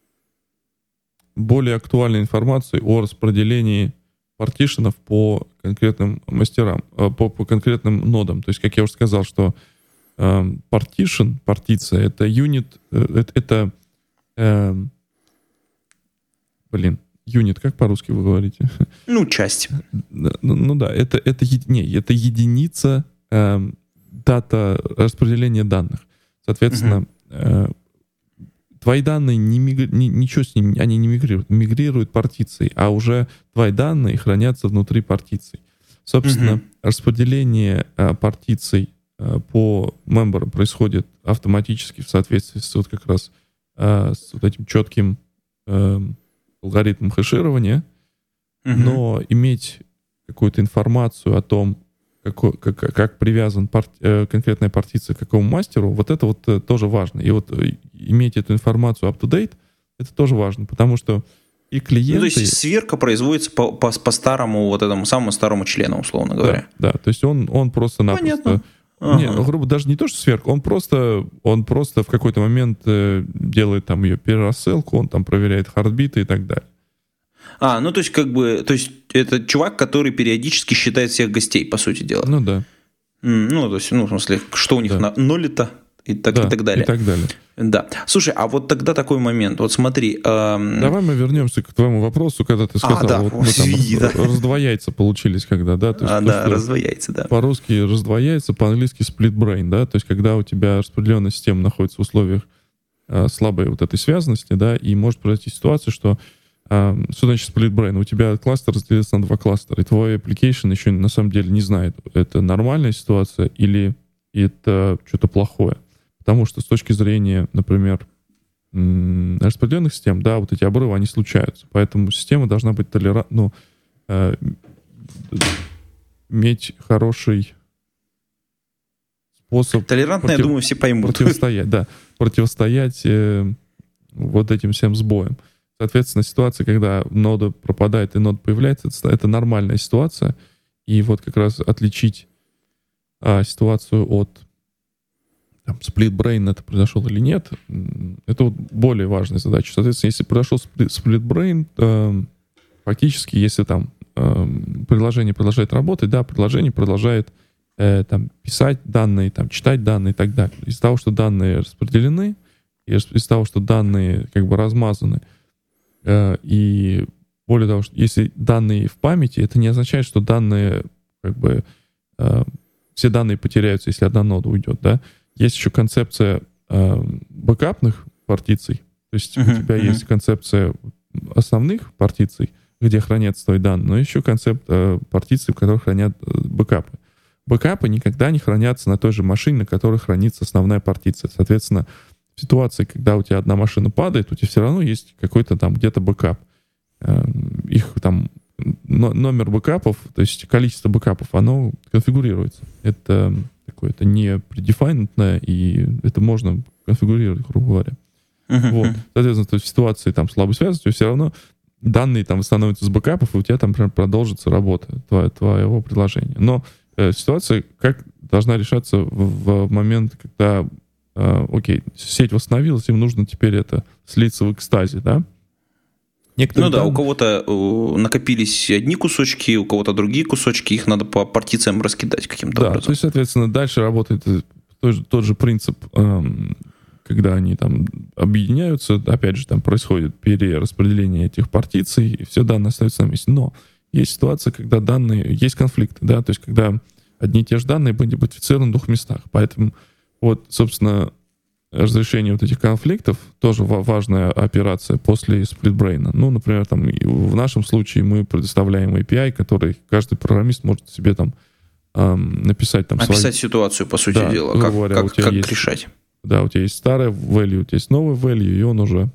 более актуальной информацией о распределении партишенов по конкретным мастерам, по, по конкретным нодам. То есть, как я уже сказал, что э, партишен, партиция, это юнит, э, это, это э, блин, юнит, как по-русски вы говорите? Ну, часть. Ну, ну да, это, это, не, это единица э, дата распределения данных. Соответственно, угу. э, твои данные, не мигри... ничего с ними, они не мигрируют, мигрируют партицией, а уже твои данные хранятся внутри партиций. Собственно, uh-huh. распределение а, партиций а, по мемберам происходит автоматически в соответствии с вот как раз а, с вот этим четким а, алгоритмом хэширования, uh-huh. но иметь какую-то информацию о том, Как, как, как привязан парти, э, конкретная партиция к какому мастеру, вот это вот э, тоже важно. И вот э, иметь эту информацию up-to-date, это тоже важно, потому что и клиенты... Ну, то есть сверка производится по, по, по старому, вот этому самому старому члену, условно говоря. Да, да, то есть он, он просто-напросто... Понятно. Ага. Нет, грубо даже не то, что сверка, он просто, он просто в какой-то момент э, делает там ее перерассылку, он там проверяет хардбиты и так далее. А, ну то есть как бы, то есть это чувак, который периодически считает всех гостей, по сути дела. Ну да. Mm, ну то есть, ну в смысле, что у них да. на ноле-то и так, да, и так далее. И так далее. Да. Слушай, а вот тогда такой момент. Вот смотри. Эм... Давай мы вернемся к твоему вопросу, когда ты сказал, а, да. вот мы там Извини, да. раз-два яйца получились, когда, да? То есть а, то, да, раз-два яйца, да. По-русски раз-два яйца, по-английски split brain, да? То есть когда у тебя распределенная система находится в условиях э, слабой вот этой связанности, да, и может произойти ситуация, что э, что значит split brain? У тебя кластер разделится на два кластера, и твой application еще на самом деле не знает, это нормальная ситуация или это что-то плохое. Потому что с точки зрения, например, распределенных систем, да, вот эти обрывы, они случаются. Поэтому система должна быть толерантна, ну, э, иметь хороший способ... Толерантно, против... я думаю, все поймут. Противостоять, да. Противостоять э, вот этим всем сбоям. Соответственно, ситуация, когда нода пропадает и нода появляется, это, это нормальная ситуация. И вот как раз отличить а, ситуацию от там, split-brain это произошел или нет, это вот более важная задача. Соответственно, если произошел split-brain, э, фактически, если там э, приложение продолжает работать, да, приложение продолжает э, там, писать данные, там, читать данные и так далее. Из-за того, что данные распределены, из-за того, что данные как бы размазаны, э, и более того, что если данные в памяти, это не означает, что данные как бы э, все данные потеряются, если одна нода уйдет, да. Есть еще концепция э, бэкапных партиций. То есть uh-huh, у тебя uh-huh. есть концепция основных партиций, где хранятся твои данные, но еще концепт э, партиций, в которых хранят э, бэкапы. Бэкапы никогда не хранятся на той же машине, на которой хранится основная партиция. Соответственно, в ситуации, когда у тебя одна машина падает, у тебя все равно есть какой-то там где-то бэкап. Э, их там но, номер бэкапов, то есть количество бэкапов, оно конфигурируется. Это такое-то не предефайнутное, и это можно конфигурировать, грубо говоря. Uh-huh. Вот. Соответственно, то есть в ситуации там слабой связности все равно данные там становятся с бэкапов, и у тебя там прям продолжится работа твоего, твоего приложения. Но э, ситуация как должна решаться в, в момент, когда э, окей, сеть восстановилась, им нужно теперь это слиться в экстазе, да? Некоторые ну да, данные... у кого-то накопились одни кусочки, у кого-то другие кусочки, их надо по партициям раскидать каким-то да, образом. Да, то есть, соответственно, дальше работает тот же, тот же принцип, эм, когда они там объединяются, опять же, там происходит перераспределение этих партиций, и все данные остаются на месте. Но есть ситуация, когда данные, есть конфликты, да, то есть, когда одни и те же данные были модифицированы в двух местах. Поэтому вот, собственно, разрешение вот этих конфликтов тоже важная операция после сплитбрейна. Ну, например, там в нашем случае мы предоставляем эй пи ай, который каждый программист может себе там эм, написать там описать свои... ситуацию, по сути да, дела, как, говоря, как, как есть, решать. Да, у тебя есть старая value, у тебя есть новая value, и он уже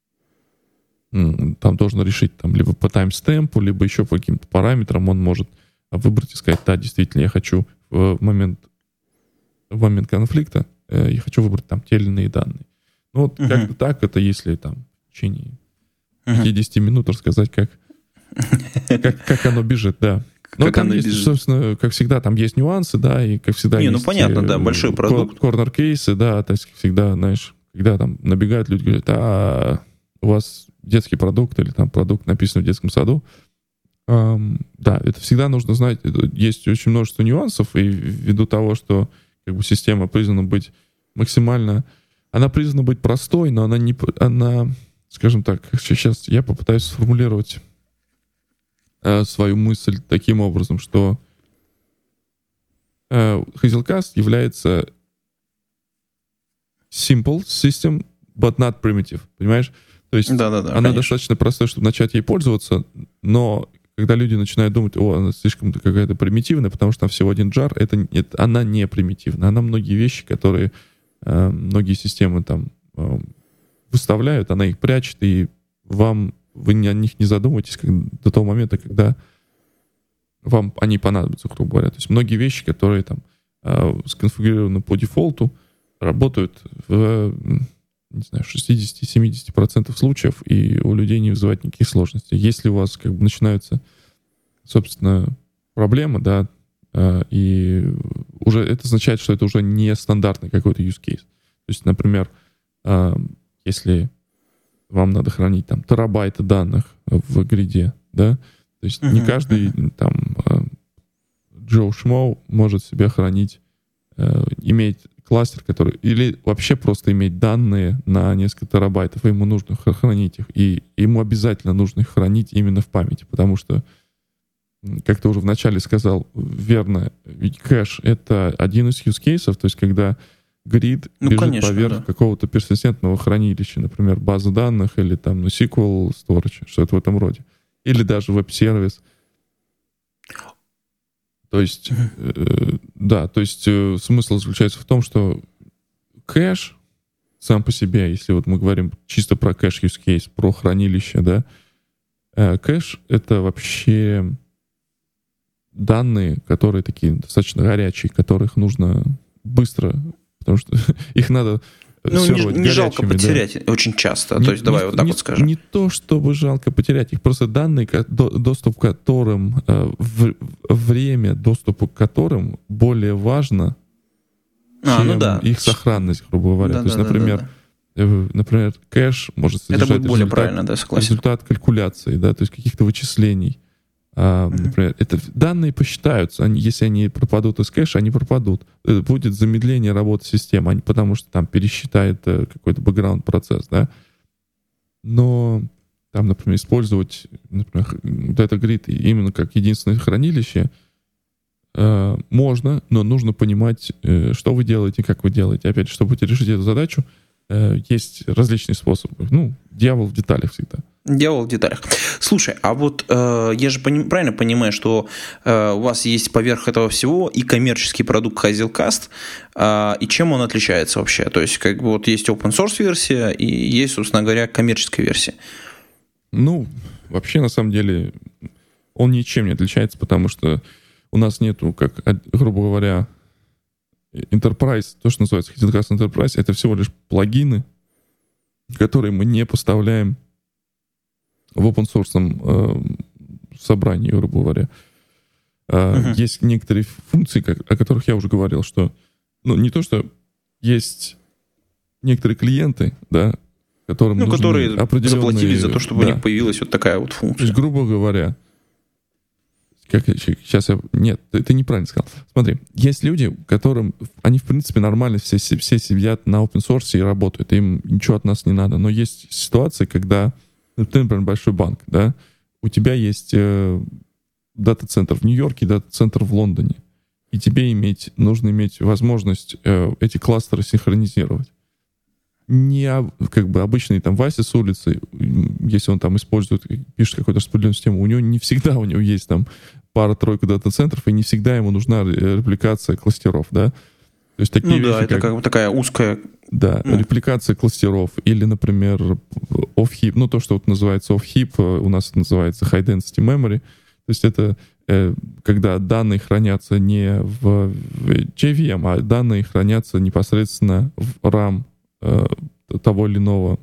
м, там должен решить там либо по таймстемпу, либо еще по каким-то параметрам он может выбрать и сказать, да, действительно, я хочу в момент, в момент конфликта я хочу выбрать там те или иные данные. Ну вот uh-huh. как-то так, это если там в течение uh-huh. пятьдесят минут рассказать, как, как, как оно бежит, да. Но как там есть, бежит. Собственно, как всегда, там есть нюансы, да, и как всегда Не, есть... ну понятно, да, большой продукт. Корнер-кейсы, да, то есть как всегда, знаешь, когда там набегают люди, говорят, а у вас детский продукт или там продукт написан в детском саду. Um, да, это всегда нужно знать, есть очень множество нюансов, и ввиду того, что как бы система призвана быть максимально... Она призвана быть простой, но она не... Она, скажем так, сейчас я попытаюсь сформулировать э, свою мысль таким образом, что э, Hazelcast является simple system, but not primitive. Понимаешь? То есть Да-да-да, она конечно. достаточно простая, чтобы начать ей пользоваться, но когда люди начинают думать, о, она слишком какая-то примитивная, потому что там всего один джар, это, это, она не примитивна. Она многие вещи, которые э, многие системы там э, выставляют, она их прячет, и вам, вы о них не задумываетесь как, до того момента, когда вам они понадобятся, грубо говоря. То есть многие вещи, которые там э, сконфигурированы по дефолту, работают в, не знаю, шестьдесят-семьдесят процентов случаев, и у людей не вызывает никаких сложностей. Если у вас как бы начинаются, собственно, проблемы, да, и уже это означает, что это уже не стандартный какой-то use case. То есть, например, если вам надо хранить там терабайты данных в гриде, да, то есть uh-huh, не каждый uh-huh. там Джо Шмо может себе хранить, иметь кластер, который... Или вообще просто иметь данные на несколько терабайтов, и ему нужно хранить их. И ему обязательно нужно их хранить именно в памяти, потому что, как ты уже вначале сказал, верно, ведь кэш — это один из use cases, то есть когда грид ну, бежит конечно, поверх да. какого-то персистентного хранилища, например, базы данных или там ну, эс ку эль Storage, что-то в этом роде. Или даже веб-сервис. То есть, э, да, то есть э, смысл заключается в том, что кэш сам по себе, если вот мы говорим чисто про кэш use case, про хранилище, да, э, кэш — это вообще данные, которые такие достаточно горячие, которых нужно быстро, потому что их надо ну, не, не жалко потерять, да. Очень часто. Не, то есть, давай не, вот так не, вот скажем. Не то, чтобы жалко потерять их, просто данные, доступ к которым, в, время доступа к которым более важно, а, чем ну да. их сохранность, грубо говоря. Да, то есть, да, например, да, да. например, кэш может содержать это будет более результат, правильно, да, согласен. результат калькуляции, да, то есть каких-то вычислений. А, mm-hmm. Например, это данные посчитаются, они, если они пропадут из кэша, они пропадут. Это будет замедление работы системы, они, потому что там пересчитает э, какой-то бэкграунд-процесс, да. Но там, например, использовать, например, Data Grid именно как единственное хранилище э, можно, но нужно понимать, э, что вы делаете, как вы делаете. Опять же, чтобы решить эту задачу, э, есть различные способы. Ну, дьявол в деталях всегда. Дьявол в деталях. Слушай, а вот э, я же пони- правильно понимаю, что э, у вас есть поверх этого всего и коммерческий продукт Hazelcast, э, и чем он отличается вообще? То есть, как бы вот есть open source версия и есть, собственно говоря, коммерческая версия. Ну, вообще, на самом деле, он ничем не отличается, потому что у нас нету, как, грубо говоря, Enterprise, то, что называется Hazelcast Enterprise, это всего лишь плагины, которые мы не поставляем в open-source э, собрании, грубо говоря. Э, uh-huh. Есть некоторые функции, как, о которых я уже говорил, что, ну, не то, что есть некоторые клиенты, да, которым ну, нужны которые определенные... заплатили за то, чтобы да. у них появилась вот такая вот функция. То есть, грубо говоря, как, сейчас я... Нет, ты, ты неправильно сказал. Смотри, есть люди, которым... Они, в принципе, нормально все, все сидят на open-source и работают. Им ничего от нас не надо. Но есть ситуации, когда... Ты, например, большой банк, да, у тебя есть э, дата-центр в Нью-Йорке, дата-центр в Лондоне, и тебе иметь, нужно иметь возможность э, эти кластеры синхронизировать. Не как бы обычный там Вася с улицы, если он там использует, пишет какую-то распределенную систему, у него не всегда у него есть там пара-тройка дата-центров, и не всегда ему нужна репликация кластеров, да. То есть такие ну вещи, да, это как, как бы такая узкая... Да, ну. репликация кластеров, или, например, off-heap, ну то, что вот называется off-heap, у нас это называется high density memory, то есть это э, когда данные хранятся не в, в джей ви эм, а данные хранятся непосредственно в RAM э, того или иного,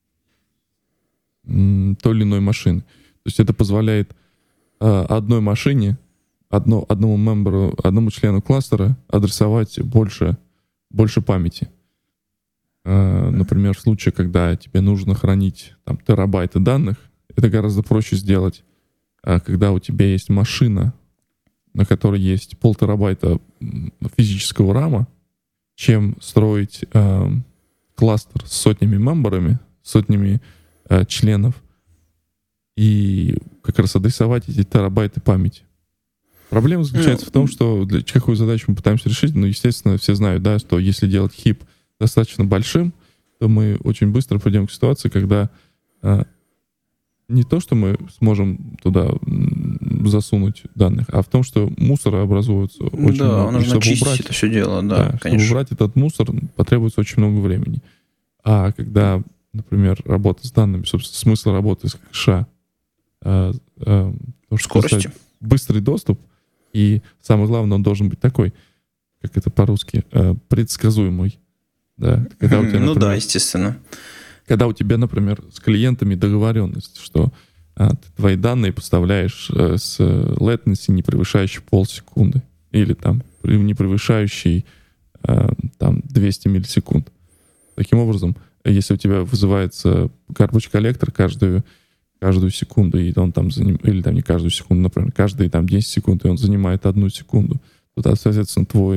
м, той или иной машины. То есть это позволяет э, одной машине, одно, одному мемберу, одному члену кластера адресовать больше, больше памяти. Uh, например, в случае, когда тебе нужно хранить там, терабайты данных, это гораздо проще сделать, uh, когда у тебя есть машина, на которой есть полтерабайта физического рама, чем строить uh, кластер с сотнями мемберами, сотнями uh, членов, и как раз адресовать эти терабайты памяти. Проблема заключается mm. в том, что для какую задачу мы пытаемся решить, ну, естественно, все знают, да, что если делать хип достаточно большим, то мы очень быстро придем к ситуации, когда а, не то, что мы сможем туда засунуть данных, а в том, что мусора образуется очень да, много. Да, нужно чтобы чистить убрать, это все дело, да, да, конечно. Чтобы убрать этот мусор, потребуется очень много времени. А когда, например, работа с данными, собственно, смысл работы с кэша, а, а, скорости, быстрый доступ, и самое главное, он должен быть такой, как это по-русски, а, предсказуемый. Да, когда у тебя, например, ну да, естественно. Когда у тебя, например, с клиентами договоренность, что а, ты твои данные поставляешь а, с latency, не превышающей полсекунды, или там не превышающей а, там двести миллисекунд. Таким образом, если у тебя вызывается garbage collector каждую, каждую секунду, и он там заним... или там не каждую секунду, например, каждые там десять секунд, и он занимает одну секунду, то, соответственно, твой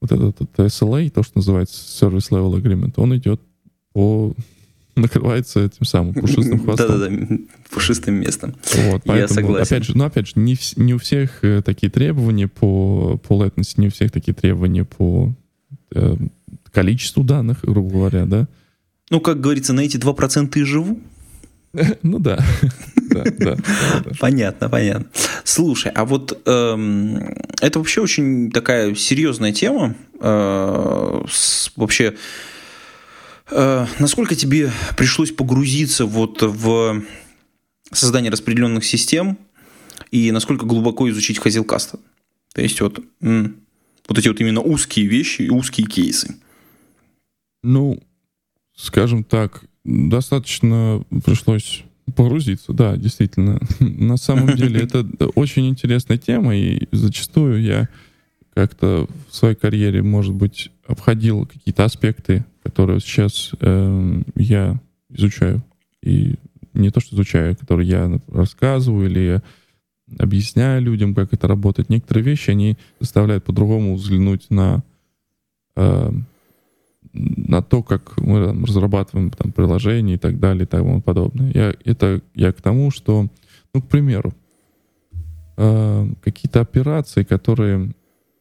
вот этот, этот эс эл эй, то, что называется Service Level Agreement, он идет по... накрывается этим самым пушистым хвостом. Да-да-да, пушистым местом. Вот, поэтому, я согласен. Опять же, ну, опять же, не, в, не у всех такие требования по, по latency, не у всех такие требования по э, количеству данных, грубо говоря, да? Ну, как говорится, на эти два процента и живу. Ну да. Понятно, понятно. Слушай, а вот это вообще очень такая серьезная тема. Вообще, насколько тебе пришлось погрузиться вот в создание распределенных систем и насколько глубоко изучить Hazelcast? То есть вот, вот эти вот именно узкие вещи и узкие кейсы. Ну, скажем так, достаточно пришлось погрузиться, да, действительно. На самом деле это очень интересная тема, и зачастую я как-то в своей карьере, может быть, обходил какие-то аспекты, которые сейчас э, я изучаю. И не то, что изучаю, которые я рассказываю или объясняю людям, как это работает. Некоторые вещи, они заставляют по-другому взглянуть на, э, на то, как мы там, разрабатываем там, приложения и так далее и тому подобное. Я, это я к тому, что, ну, к примеру, э, какие-то операции, которые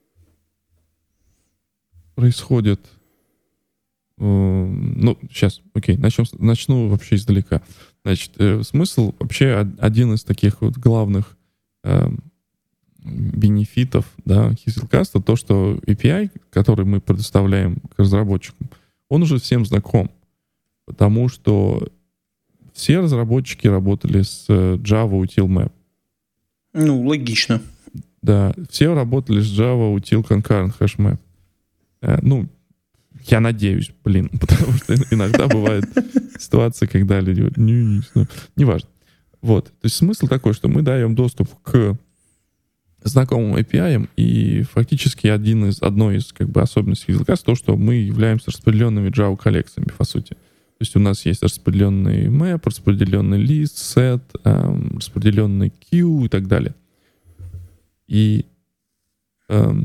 происходят. Э, ну, сейчас, окей, начнем, начну вообще издалека. Значит, э, смысл вообще один из таких вот главных э, бенефитов, да, Hazelcast, то, что эй пи ай, который мы предоставляем к разработчикам, он уже всем знаком, потому что все разработчики работали с Java Util Map. Ну, логично. Да, все работали с Java Util Concurrent Hash Map. Ну, я надеюсь, блин, потому что иногда бывают ситуации, когда люди говорят, не, не, не, неважно. Вот, то есть смысл такой, что мы даем доступ к знакомым эй пи ай, и фактически один из, одной из как бы, особенностей Hazelcast то, что мы являемся распределенными Java коллекциями, по сути. То есть у нас есть распределенный map, распределенный list, set, эм, распределенный queue и так далее. И эм,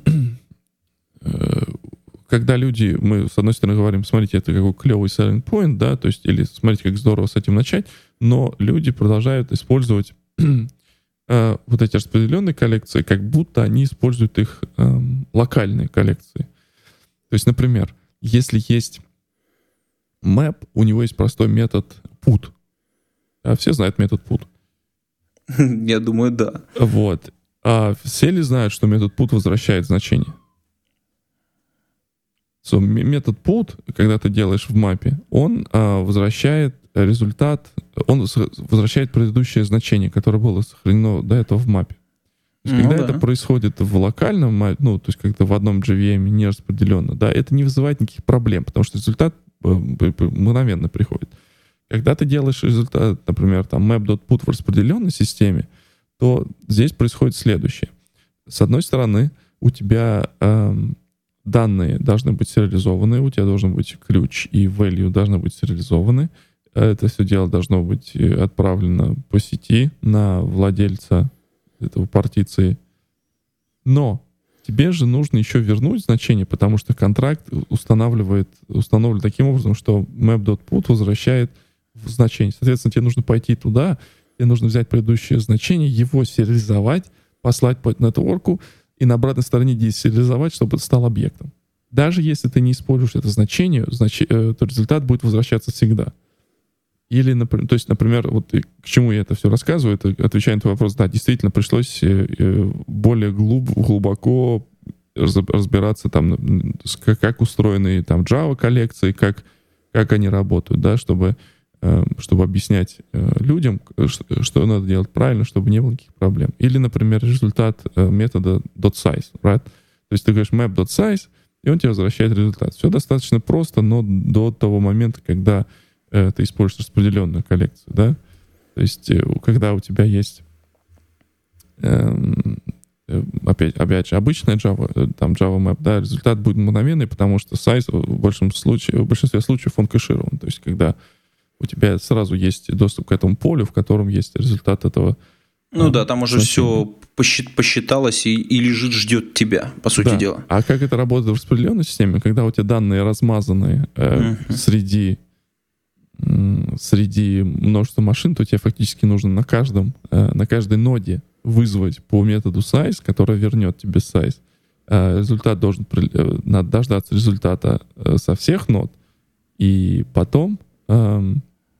когда люди, мы с одной стороны говорим, смотрите, это какой клевый selling point, да, то есть, или смотрите, как здорово с этим начать, но люди продолжают использовать э, вот эти распределенные коллекции, как будто они используют их э, локальные коллекции. То есть, например, если есть map, у него есть простой метод put. А все знают метод put? Я думаю, да. Вот. А все ли знают, что метод put возвращает значение? So, метод put, когда ты делаешь в мапе, он а, возвращает результат, он возвращает предыдущее значение, которое было сохранено до этого в мапе. То есть, ну, когда да. это происходит в локальном мапе, ну, то есть, когда в одном джей ви эм не распределенно, да, это не вызывает никаких проблем, потому что результат мгновенно приходит. Когда ты делаешь результат, например, там map.put в распределенной системе, то здесь происходит следующее. С одной стороны, у тебя эм, данные должны быть сериализованы, у тебя должен быть ключ и value должны быть сериализованы. Это все дело должно быть отправлено по сети на владельца этого партиции. Но тебе же нужно еще вернуть значение, потому что контракт устанавливает, установлен таким образом, что map.put возвращает значение. Соответственно, тебе нужно пойти туда, тебе нужно взять предыдущее значение, его сериализовать, послать по нетворку и на обратной стороне десериализовать, чтобы это стал объектом. Даже если ты не используешь это значение, значи, то результат будет возвращаться всегда. Или, например, то есть, например, вот к чему я это все рассказываю, это отвечая на твой вопрос, да, действительно пришлось более глуб, глубоко разбираться там, как устроены там Java коллекции, как, как они работают, да, чтобы, чтобы объяснять людям, что надо делать правильно, чтобы не было никаких проблем. Или, например, результат метода .size, right? То есть ты говоришь map.size, и он тебе возвращает результат. Все достаточно просто, но до того момента, когда ты используешь распределенную коллекцию, да? То есть, когда у тебя есть эм, опять, опять же, обычная Java, там Java Map, да, результат будет мгновенный, потому что size в, большем случае, в большинстве случаев он кэширован. То есть, когда у тебя сразу есть доступ к этому полю, в котором есть результат этого Ну а, да, там уже все посчиталось и, и лежит, ждет тебя, по сути да. дела. А как это работает в распределенной системе? Когда у тебя данные размазаны э, uh-huh. среди, э, среди множества машин, то тебе фактически нужно на каждом, э, на каждой ноде вызвать по методу size, который вернет тебе size. Э, результат должен, э, надо дождаться результата э, со всех нод, и потом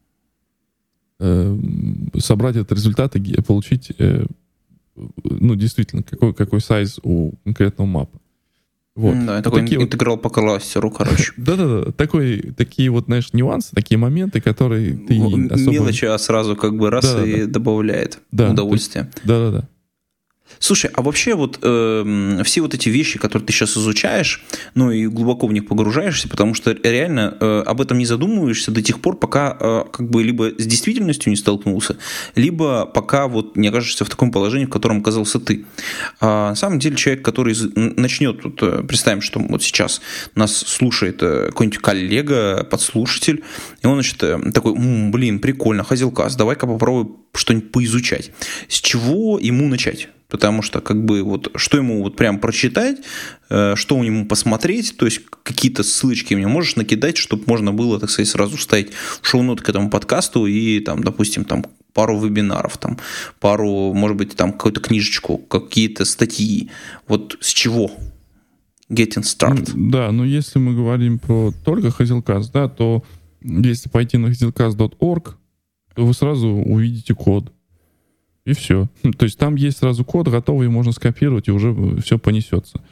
э, собрать этот результат и получить, э, ну, действительно, какой, какой сайз у конкретного мапа. Вот. Да, вот такой интеграл вот... по кластеру, короче. Да-да-да, такой, такие вот, знаешь, нюансы, такие моменты, которые ты особо... Мелочи, а сразу как бы раз да, и да. добавляет да, удовольствие. Да-да-да. Слушай, а вообще вот э, все вот эти вещи, которые ты сейчас изучаешь, ну и глубоко в них погружаешься, потому что реально э, об этом не задумываешься до тех пор, пока э, как бы либо с действительностью не столкнулся, либо пока вот не окажешься в таком положении, в котором оказался ты. А на самом деле человек, который начнет, вот, представим, что вот сейчас нас слушает какой-нибудь коллега, подслушатель, и он, значит, такой, м-м, блин, прикольно, Hazelcast, давай-ка попробуй что-нибудь поизучать. С чего ему начать? Потому что, как бы, вот, что ему вот прям прочитать, э, что ему посмотреть, то есть какие-то ссылочки мне можешь накидать, чтобы можно было, так сказать, сразу вставить в шоу-ноты к этому подкасту и, там, допустим, там, пару вебинаров, там, пару, может быть, там, какую-то книжечку, какие-то статьи. Вот с чего? Getting started. Ну, да, но если мы говорим про только Hazelcast, да, то если пойти на hazelcast точка орг, то вы сразу увидите код. И все. То есть там есть сразу код, готовый, можно скопировать, и уже все понесется.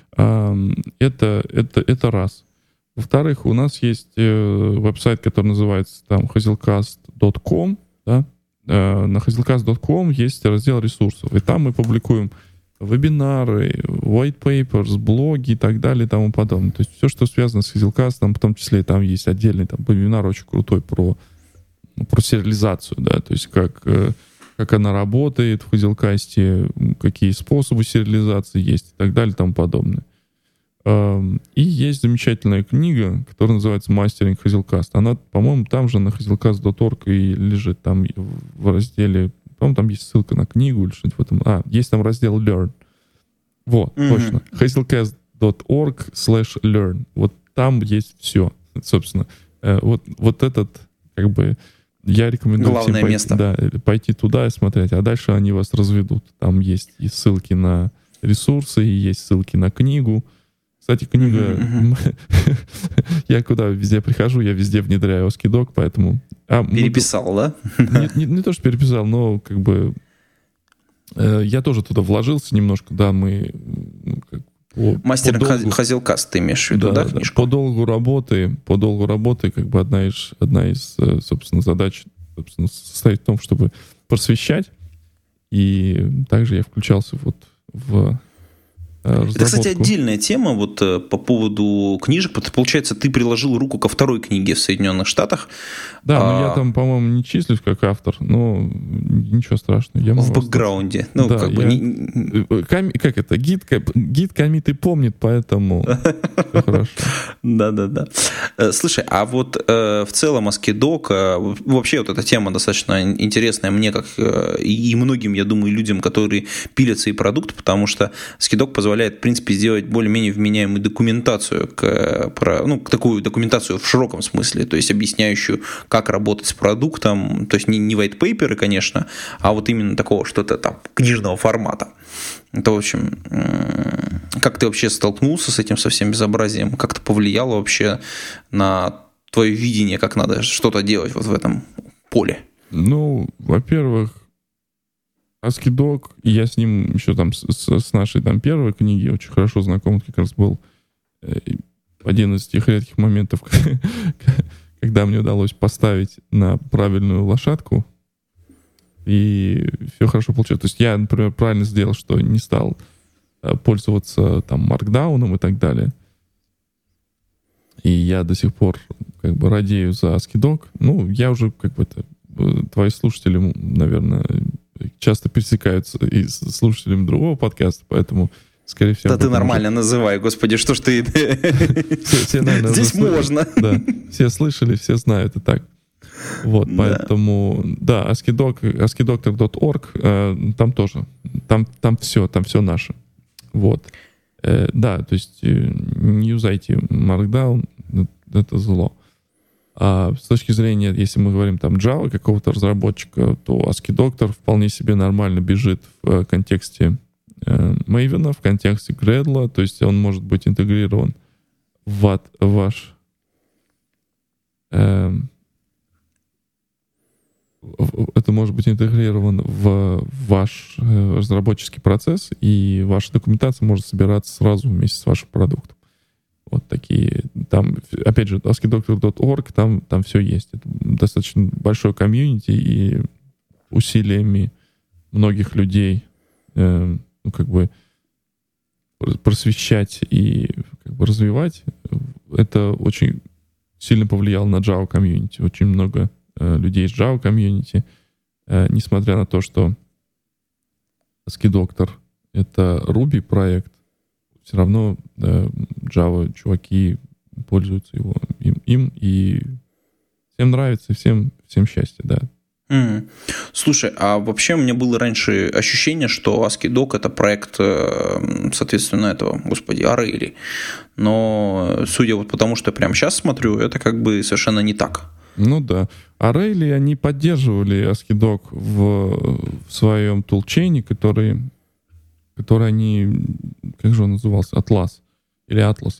Это, это, это раз. Во-вторых, у нас есть веб-сайт, который называется там hazelcast точка ком. Да? На hazelcast точка ком есть раздел ресурсов. И там мы публикуем вебинары, white papers, блоги и так далее и тому подобное. То есть все, что связано с Hazelcast, в том числе там есть отдельный там, вебинар очень крутой про, про сериализацию, да, то есть как... как она работает в Hazelcast, какие способы сериализации есть и так далее и тому подобное. И есть замечательная книга, которая называется «Мастеринг Hazelcast». Она, по-моему, там же на hazelcast точка орг и лежит, там в разделе, по-моему, там есть ссылка на книгу или что-то в этом. А, есть там раздел «Learn». Вот, mm-hmm. точно. hazelcast точка орг слэш learn. Вот там есть все, собственно. Вот, вот этот, как бы, я рекомендую Главное всем место. Пойти, да, пойти туда и смотреть, а дальше они вас разведут. Там есть и ссылки на ресурсы, и есть ссылки на книгу. Кстати, книга... Mm-hmm. я куда везде прихожу, я везде внедряю Oskidoc, поэтому... А, переписал, ну, да? не, не, не то, что переписал, но как бы... Э, я тоже туда вложился немножко, да, мы... Как, по, Мастеринг по долгу, Hazelcast ты имеешь в виду, да, да, книжку? По долгу работы, по долгу работы, как бы одна из, одна из, собственно, задач, собственно, состоит в том, чтобы просвещать. И также я включался вот в разработку. Это, кстати, отдельная тема вот по поводу книжек. Получается, ты приложил руку ко второй книге в Соединенных Штатах. Да, а... но я там, по-моему, не числюсь как автор, но ничего страшного. Я в бэкграунде. Ну, да, как я... бы не... Ком... Как это? Гид, гид коммиты помнит, поэтому все хорошо. Да-да-да. Слушай, а вот в целом Oskidoc, вообще вот эта тема достаточно интересная мне, как и многим, я думаю, людям, которые пилят свои продукты, потому что Oskidoc позволяет позволяет, в принципе, сделать более-менее вменяемую документацию, к, про, ну, такую документацию в широком смысле, то есть объясняющую, как работать с продуктом, то есть не, не white paper, конечно, а вот именно такого что-то там книжного формата. Это, в общем, как ты вообще столкнулся с этим, со всем безобразием, как это повлияло вообще на твое видение, как надо что-то делать вот в этом поле? Ну, во-первых, Oskidoc, и я с ним еще там с, с нашей там первой книги очень хорошо знаком, как раз был один из тех редких моментов, когда мне удалось поставить на правильную лошадку, и все хорошо получилось. То есть я, например, правильно сделал, что не стал пользоваться там маркдауном и так далее. И я до сих пор как бы радею за Oskidoc. Ну, я уже как бы это... Твои слушатели, наверное, часто пересекаются и с слушателями другого подкаста, поэтому, скорее всего... Да ты нормально уже... называй, господи, что ж ты... Все, все, наверное, здесь можно. Да, все слышали, все знают и так. Вот, Да. поэтому, да, аски доктор точка орг, там тоже, там, там все, там все наше. Вот. Э, да, то есть э, не юзайте Markdown, это зло. А с точки зрения, если мы говорим там Java, какого-то разработчика, то ASCII-доктор вполне себе нормально бежит в контексте э, Maven, в контексте Gradle, то есть он может быть интегрирован в от, ваш э, это может быть интегрировано в ваш э, разработческий процесс, и ваша документация может собираться сразу вместе с вашим продуктом. Вот такие, там, опять же, аски доктор точка орг, там, там все есть. Это достаточно большое комьюнити, и усилиями многих людей э, ну, как бы просвещать и как бы развивать, это очень сильно повлияло на Java комьюнити. Очень много э, людей из Java комьюнити, э, несмотря на то, что ASCII-доктор — это Ruby проект, все равно да, Java чуваки пользуются его, им, им, и всем нравится, всем, всем счастья, да. Mm. Слушай, а вообще у меня было раньше ощущение, что ASCII-Doc — это проект, соответственно, этого, господи, Array. Но судя вот по тому, что я прямо сейчас смотрю, это как бы совершенно не так. Ну да. Array, они поддерживали ASCII-Doc в, в своем тулчейне, который... который они, как же он назывался, Atlas или Atlas.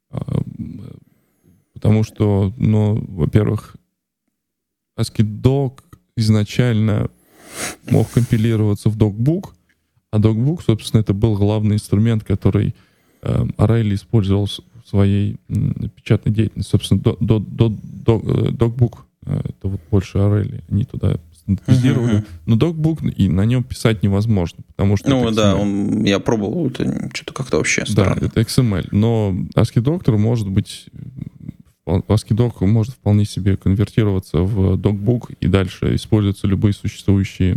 Потому что, ну, во-первых, ASCII-Doc изначально мог компилироваться в DocBook, а DocBook, собственно, это был главный инструмент, который э, Array использовал в своей э, печатной деятельности. Собственно, до, до, до, до, DocBook э, это вот больше Array, они туда стандартизировали. Uh-huh. Но DocBook, и на нем писать невозможно, потому что... Ну да, он, я пробовал, это что-то как-то вообще странно. Да, это икс эм эль. Но ASCII-доктор может быть... ASCII-doc может вполне себе конвертироваться в DocBook, и дальше используются любые существующие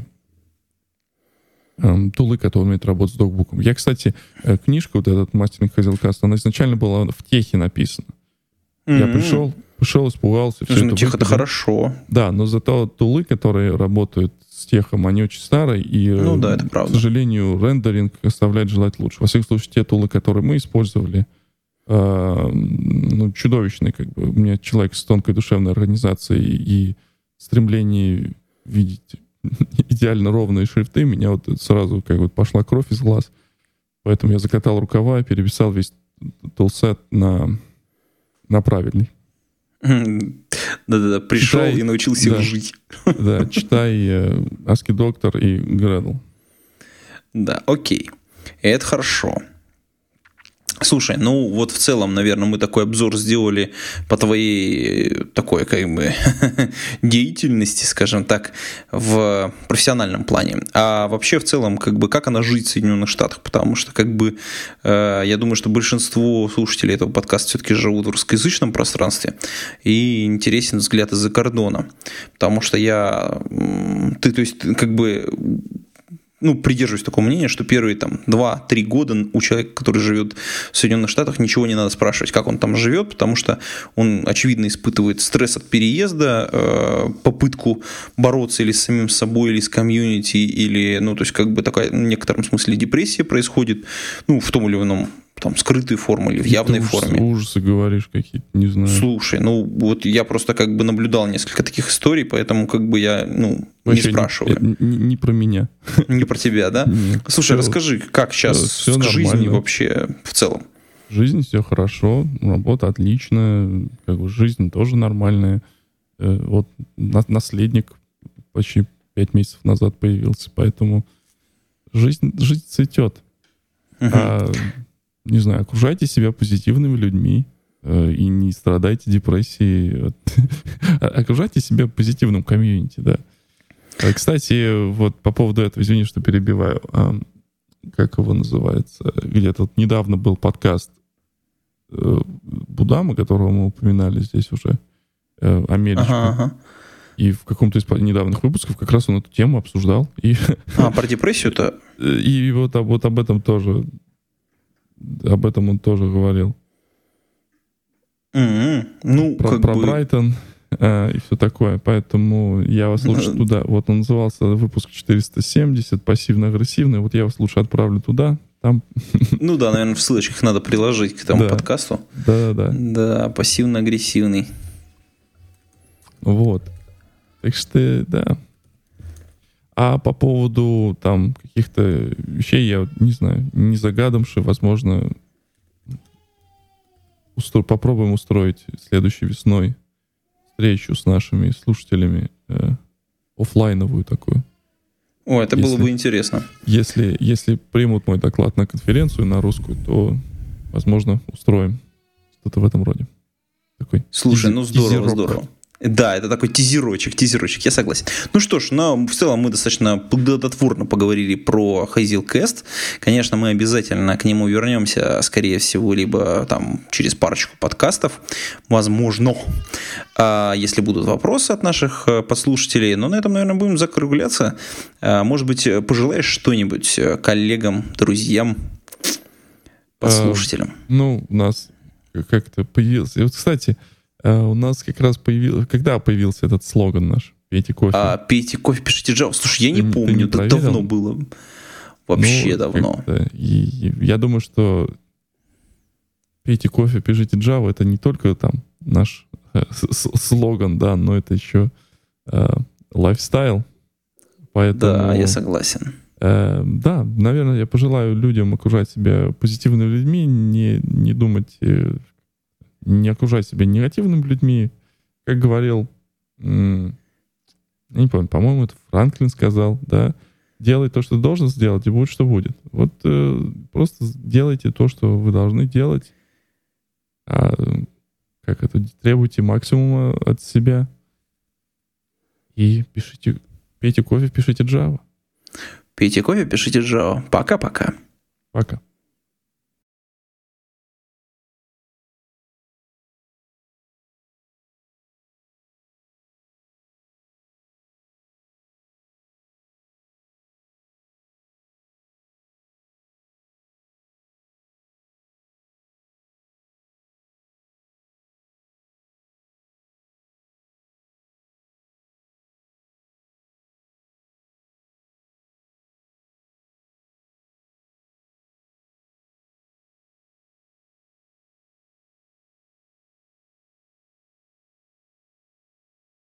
эм, тулы, которые умеют работать с DocBook. Я, кстати, э, книжка, вот этот «Мастеринг Hazelcast», она изначально была в техе написана. Mm-hmm. Я пришел, пришел, испугался. Слушай, ну тех это хорошо. Да, но зато тулы, которые работают с техом, они очень старые, и, ну, да, это правда. К сожалению, рендеринг оставляет желать лучше. Во всяком случае, те тулы, которые мы использовали, э, ну, чудовищные, как бы. У меня человек с тонкой душевной организацией и стремлением видеть идеально ровные шрифты, меня вот сразу как бы пошла кровь из глаз. Поэтому я закатал рукава, переписал весь тулсет на... на правильный. Да-да-да, пришел читай, и научился да, жить. Да, читай э, ASCII-доктор и Gradle. Да, окей. Это хорошо. Слушай, ну вот в целом, наверное, мы такой обзор сделали по твоей такой как бы деятельности, скажем так, в профессиональном плане. А вообще в целом, как бы, как она жить в Соединенных Штатах? Потому что, как бы, э, я думаю, что большинство слушателей этого подкаста все-таки живут в русскоязычном пространстве, и интересен взгляд из-за кордона. Потому что я... Ты, то есть, как бы... Ну, придерживаюсь такого мнения, что первые там два-три года у человека, который живет в Соединенных Штатах, ничего не надо спрашивать, как он там живет, потому что он, очевидно, испытывает стресс от переезда, э, попытку бороться или с самим собой, или с комьюнити, или, ну, то есть, как бы такая в некотором смысле депрессия происходит, ну, в том или ином, там, скрытой форме или в явной Ты форме. Ужасы говоришь какие-то, не знаю. Слушай, ну, вот я просто как бы наблюдал несколько таких историй, поэтому как бы я, ну, вообще не спрашиваю. Не, не, не про меня. Не про тебя, да? Нет. Слушай, Все, расскажи, как сейчас все к жизни нормально. вообще в целом? Жизнь все хорошо, работа отличная, как бы жизнь тоже нормальная. Э, Вот на- наследник почти пять месяцев назад появился, поэтому жизнь, жизнь цветет. Мгм. А, не знаю, окружайте себя позитивными людьми э, и не страдайте депрессией. от- Окружайте себя позитивным комьюнити, да. А, Кстати, вот по поводу этого, извини, что перебиваю, а, как его называется, где-то вот недавно был подкаст э, Будама, которого мы упоминали здесь уже, э, Амелечка. Ага, ага. И в каком-то из недавних выпусков как раз он эту тему обсуждал. И, А, про депрессию-то? и вот, об- вот об этом тоже, об этом он тоже говорил. М-м. Ну, Про, как про бы... Брайтон, а, и все такое. Поэтому я вас лучше туда... Вот он назывался выпуск четыреста семьдесят, пассивно-агрессивный. Вот я вас лучше отправлю туда. Там... Ну да, наверное, в ссылочках надо приложить к этому да. подкасту. Да-да-да. Да, пассивно-агрессивный. Вот. Так что, да. А по поводу там каких-то вещей, я не знаю, не загадамши, возможно, устро... попробуем устроить следующей весной встречу с нашими слушателями э, офлайновую такую. О, это если, было бы интересно. Если, если примут мой доклад на конференцию, на русскую, то, возможно, устроим что-то в этом роде. Такой Слушай, тизи- ну здорово, тизерок. здорово. Да, это такой тизерочек, тизерочек, я согласен. Ну что ж, но в целом мы достаточно плодотворно поговорили про Hazelcast. Конечно, мы обязательно к нему вернемся, скорее всего, либо там через парочку подкастов, возможно, если будут вопросы от наших подслушателей. Но на этом, наверное, будем закругляться. Может быть, пожелаешь что-нибудь коллегам, друзьям, подслушателям? А, ну, у нас как-то появился... Вот, кстати... Uh, у нас как раз появился... Когда появился этот слоган наш? Пейте кофе. А, пейте кофе, пишите Java. Слушай, я не ты, помню, ты не это проверил? давно было. Вообще ну, давно. И, и, я думаю, что пейте кофе, пишите Java, это не только там наш э, слоган, да, но это еще лайфстайл. Э, Поэтому, да, я согласен. Э, да, наверное, я пожелаю людям окружать себя позитивными людьми, не, не думать... Э, не окружать себя негативными людьми. Как говорил, м- не помню, по-моему, это Франклин сказал, да, делай то, что ты должен сделать, и будет, что будет. Вот э, просто делайте то, что вы должны делать, а, как это, требуйте максимума от себя и пишите, пейте кофе, пишите Java. Пейте кофе, пишите Java. Пока-пока. Пока.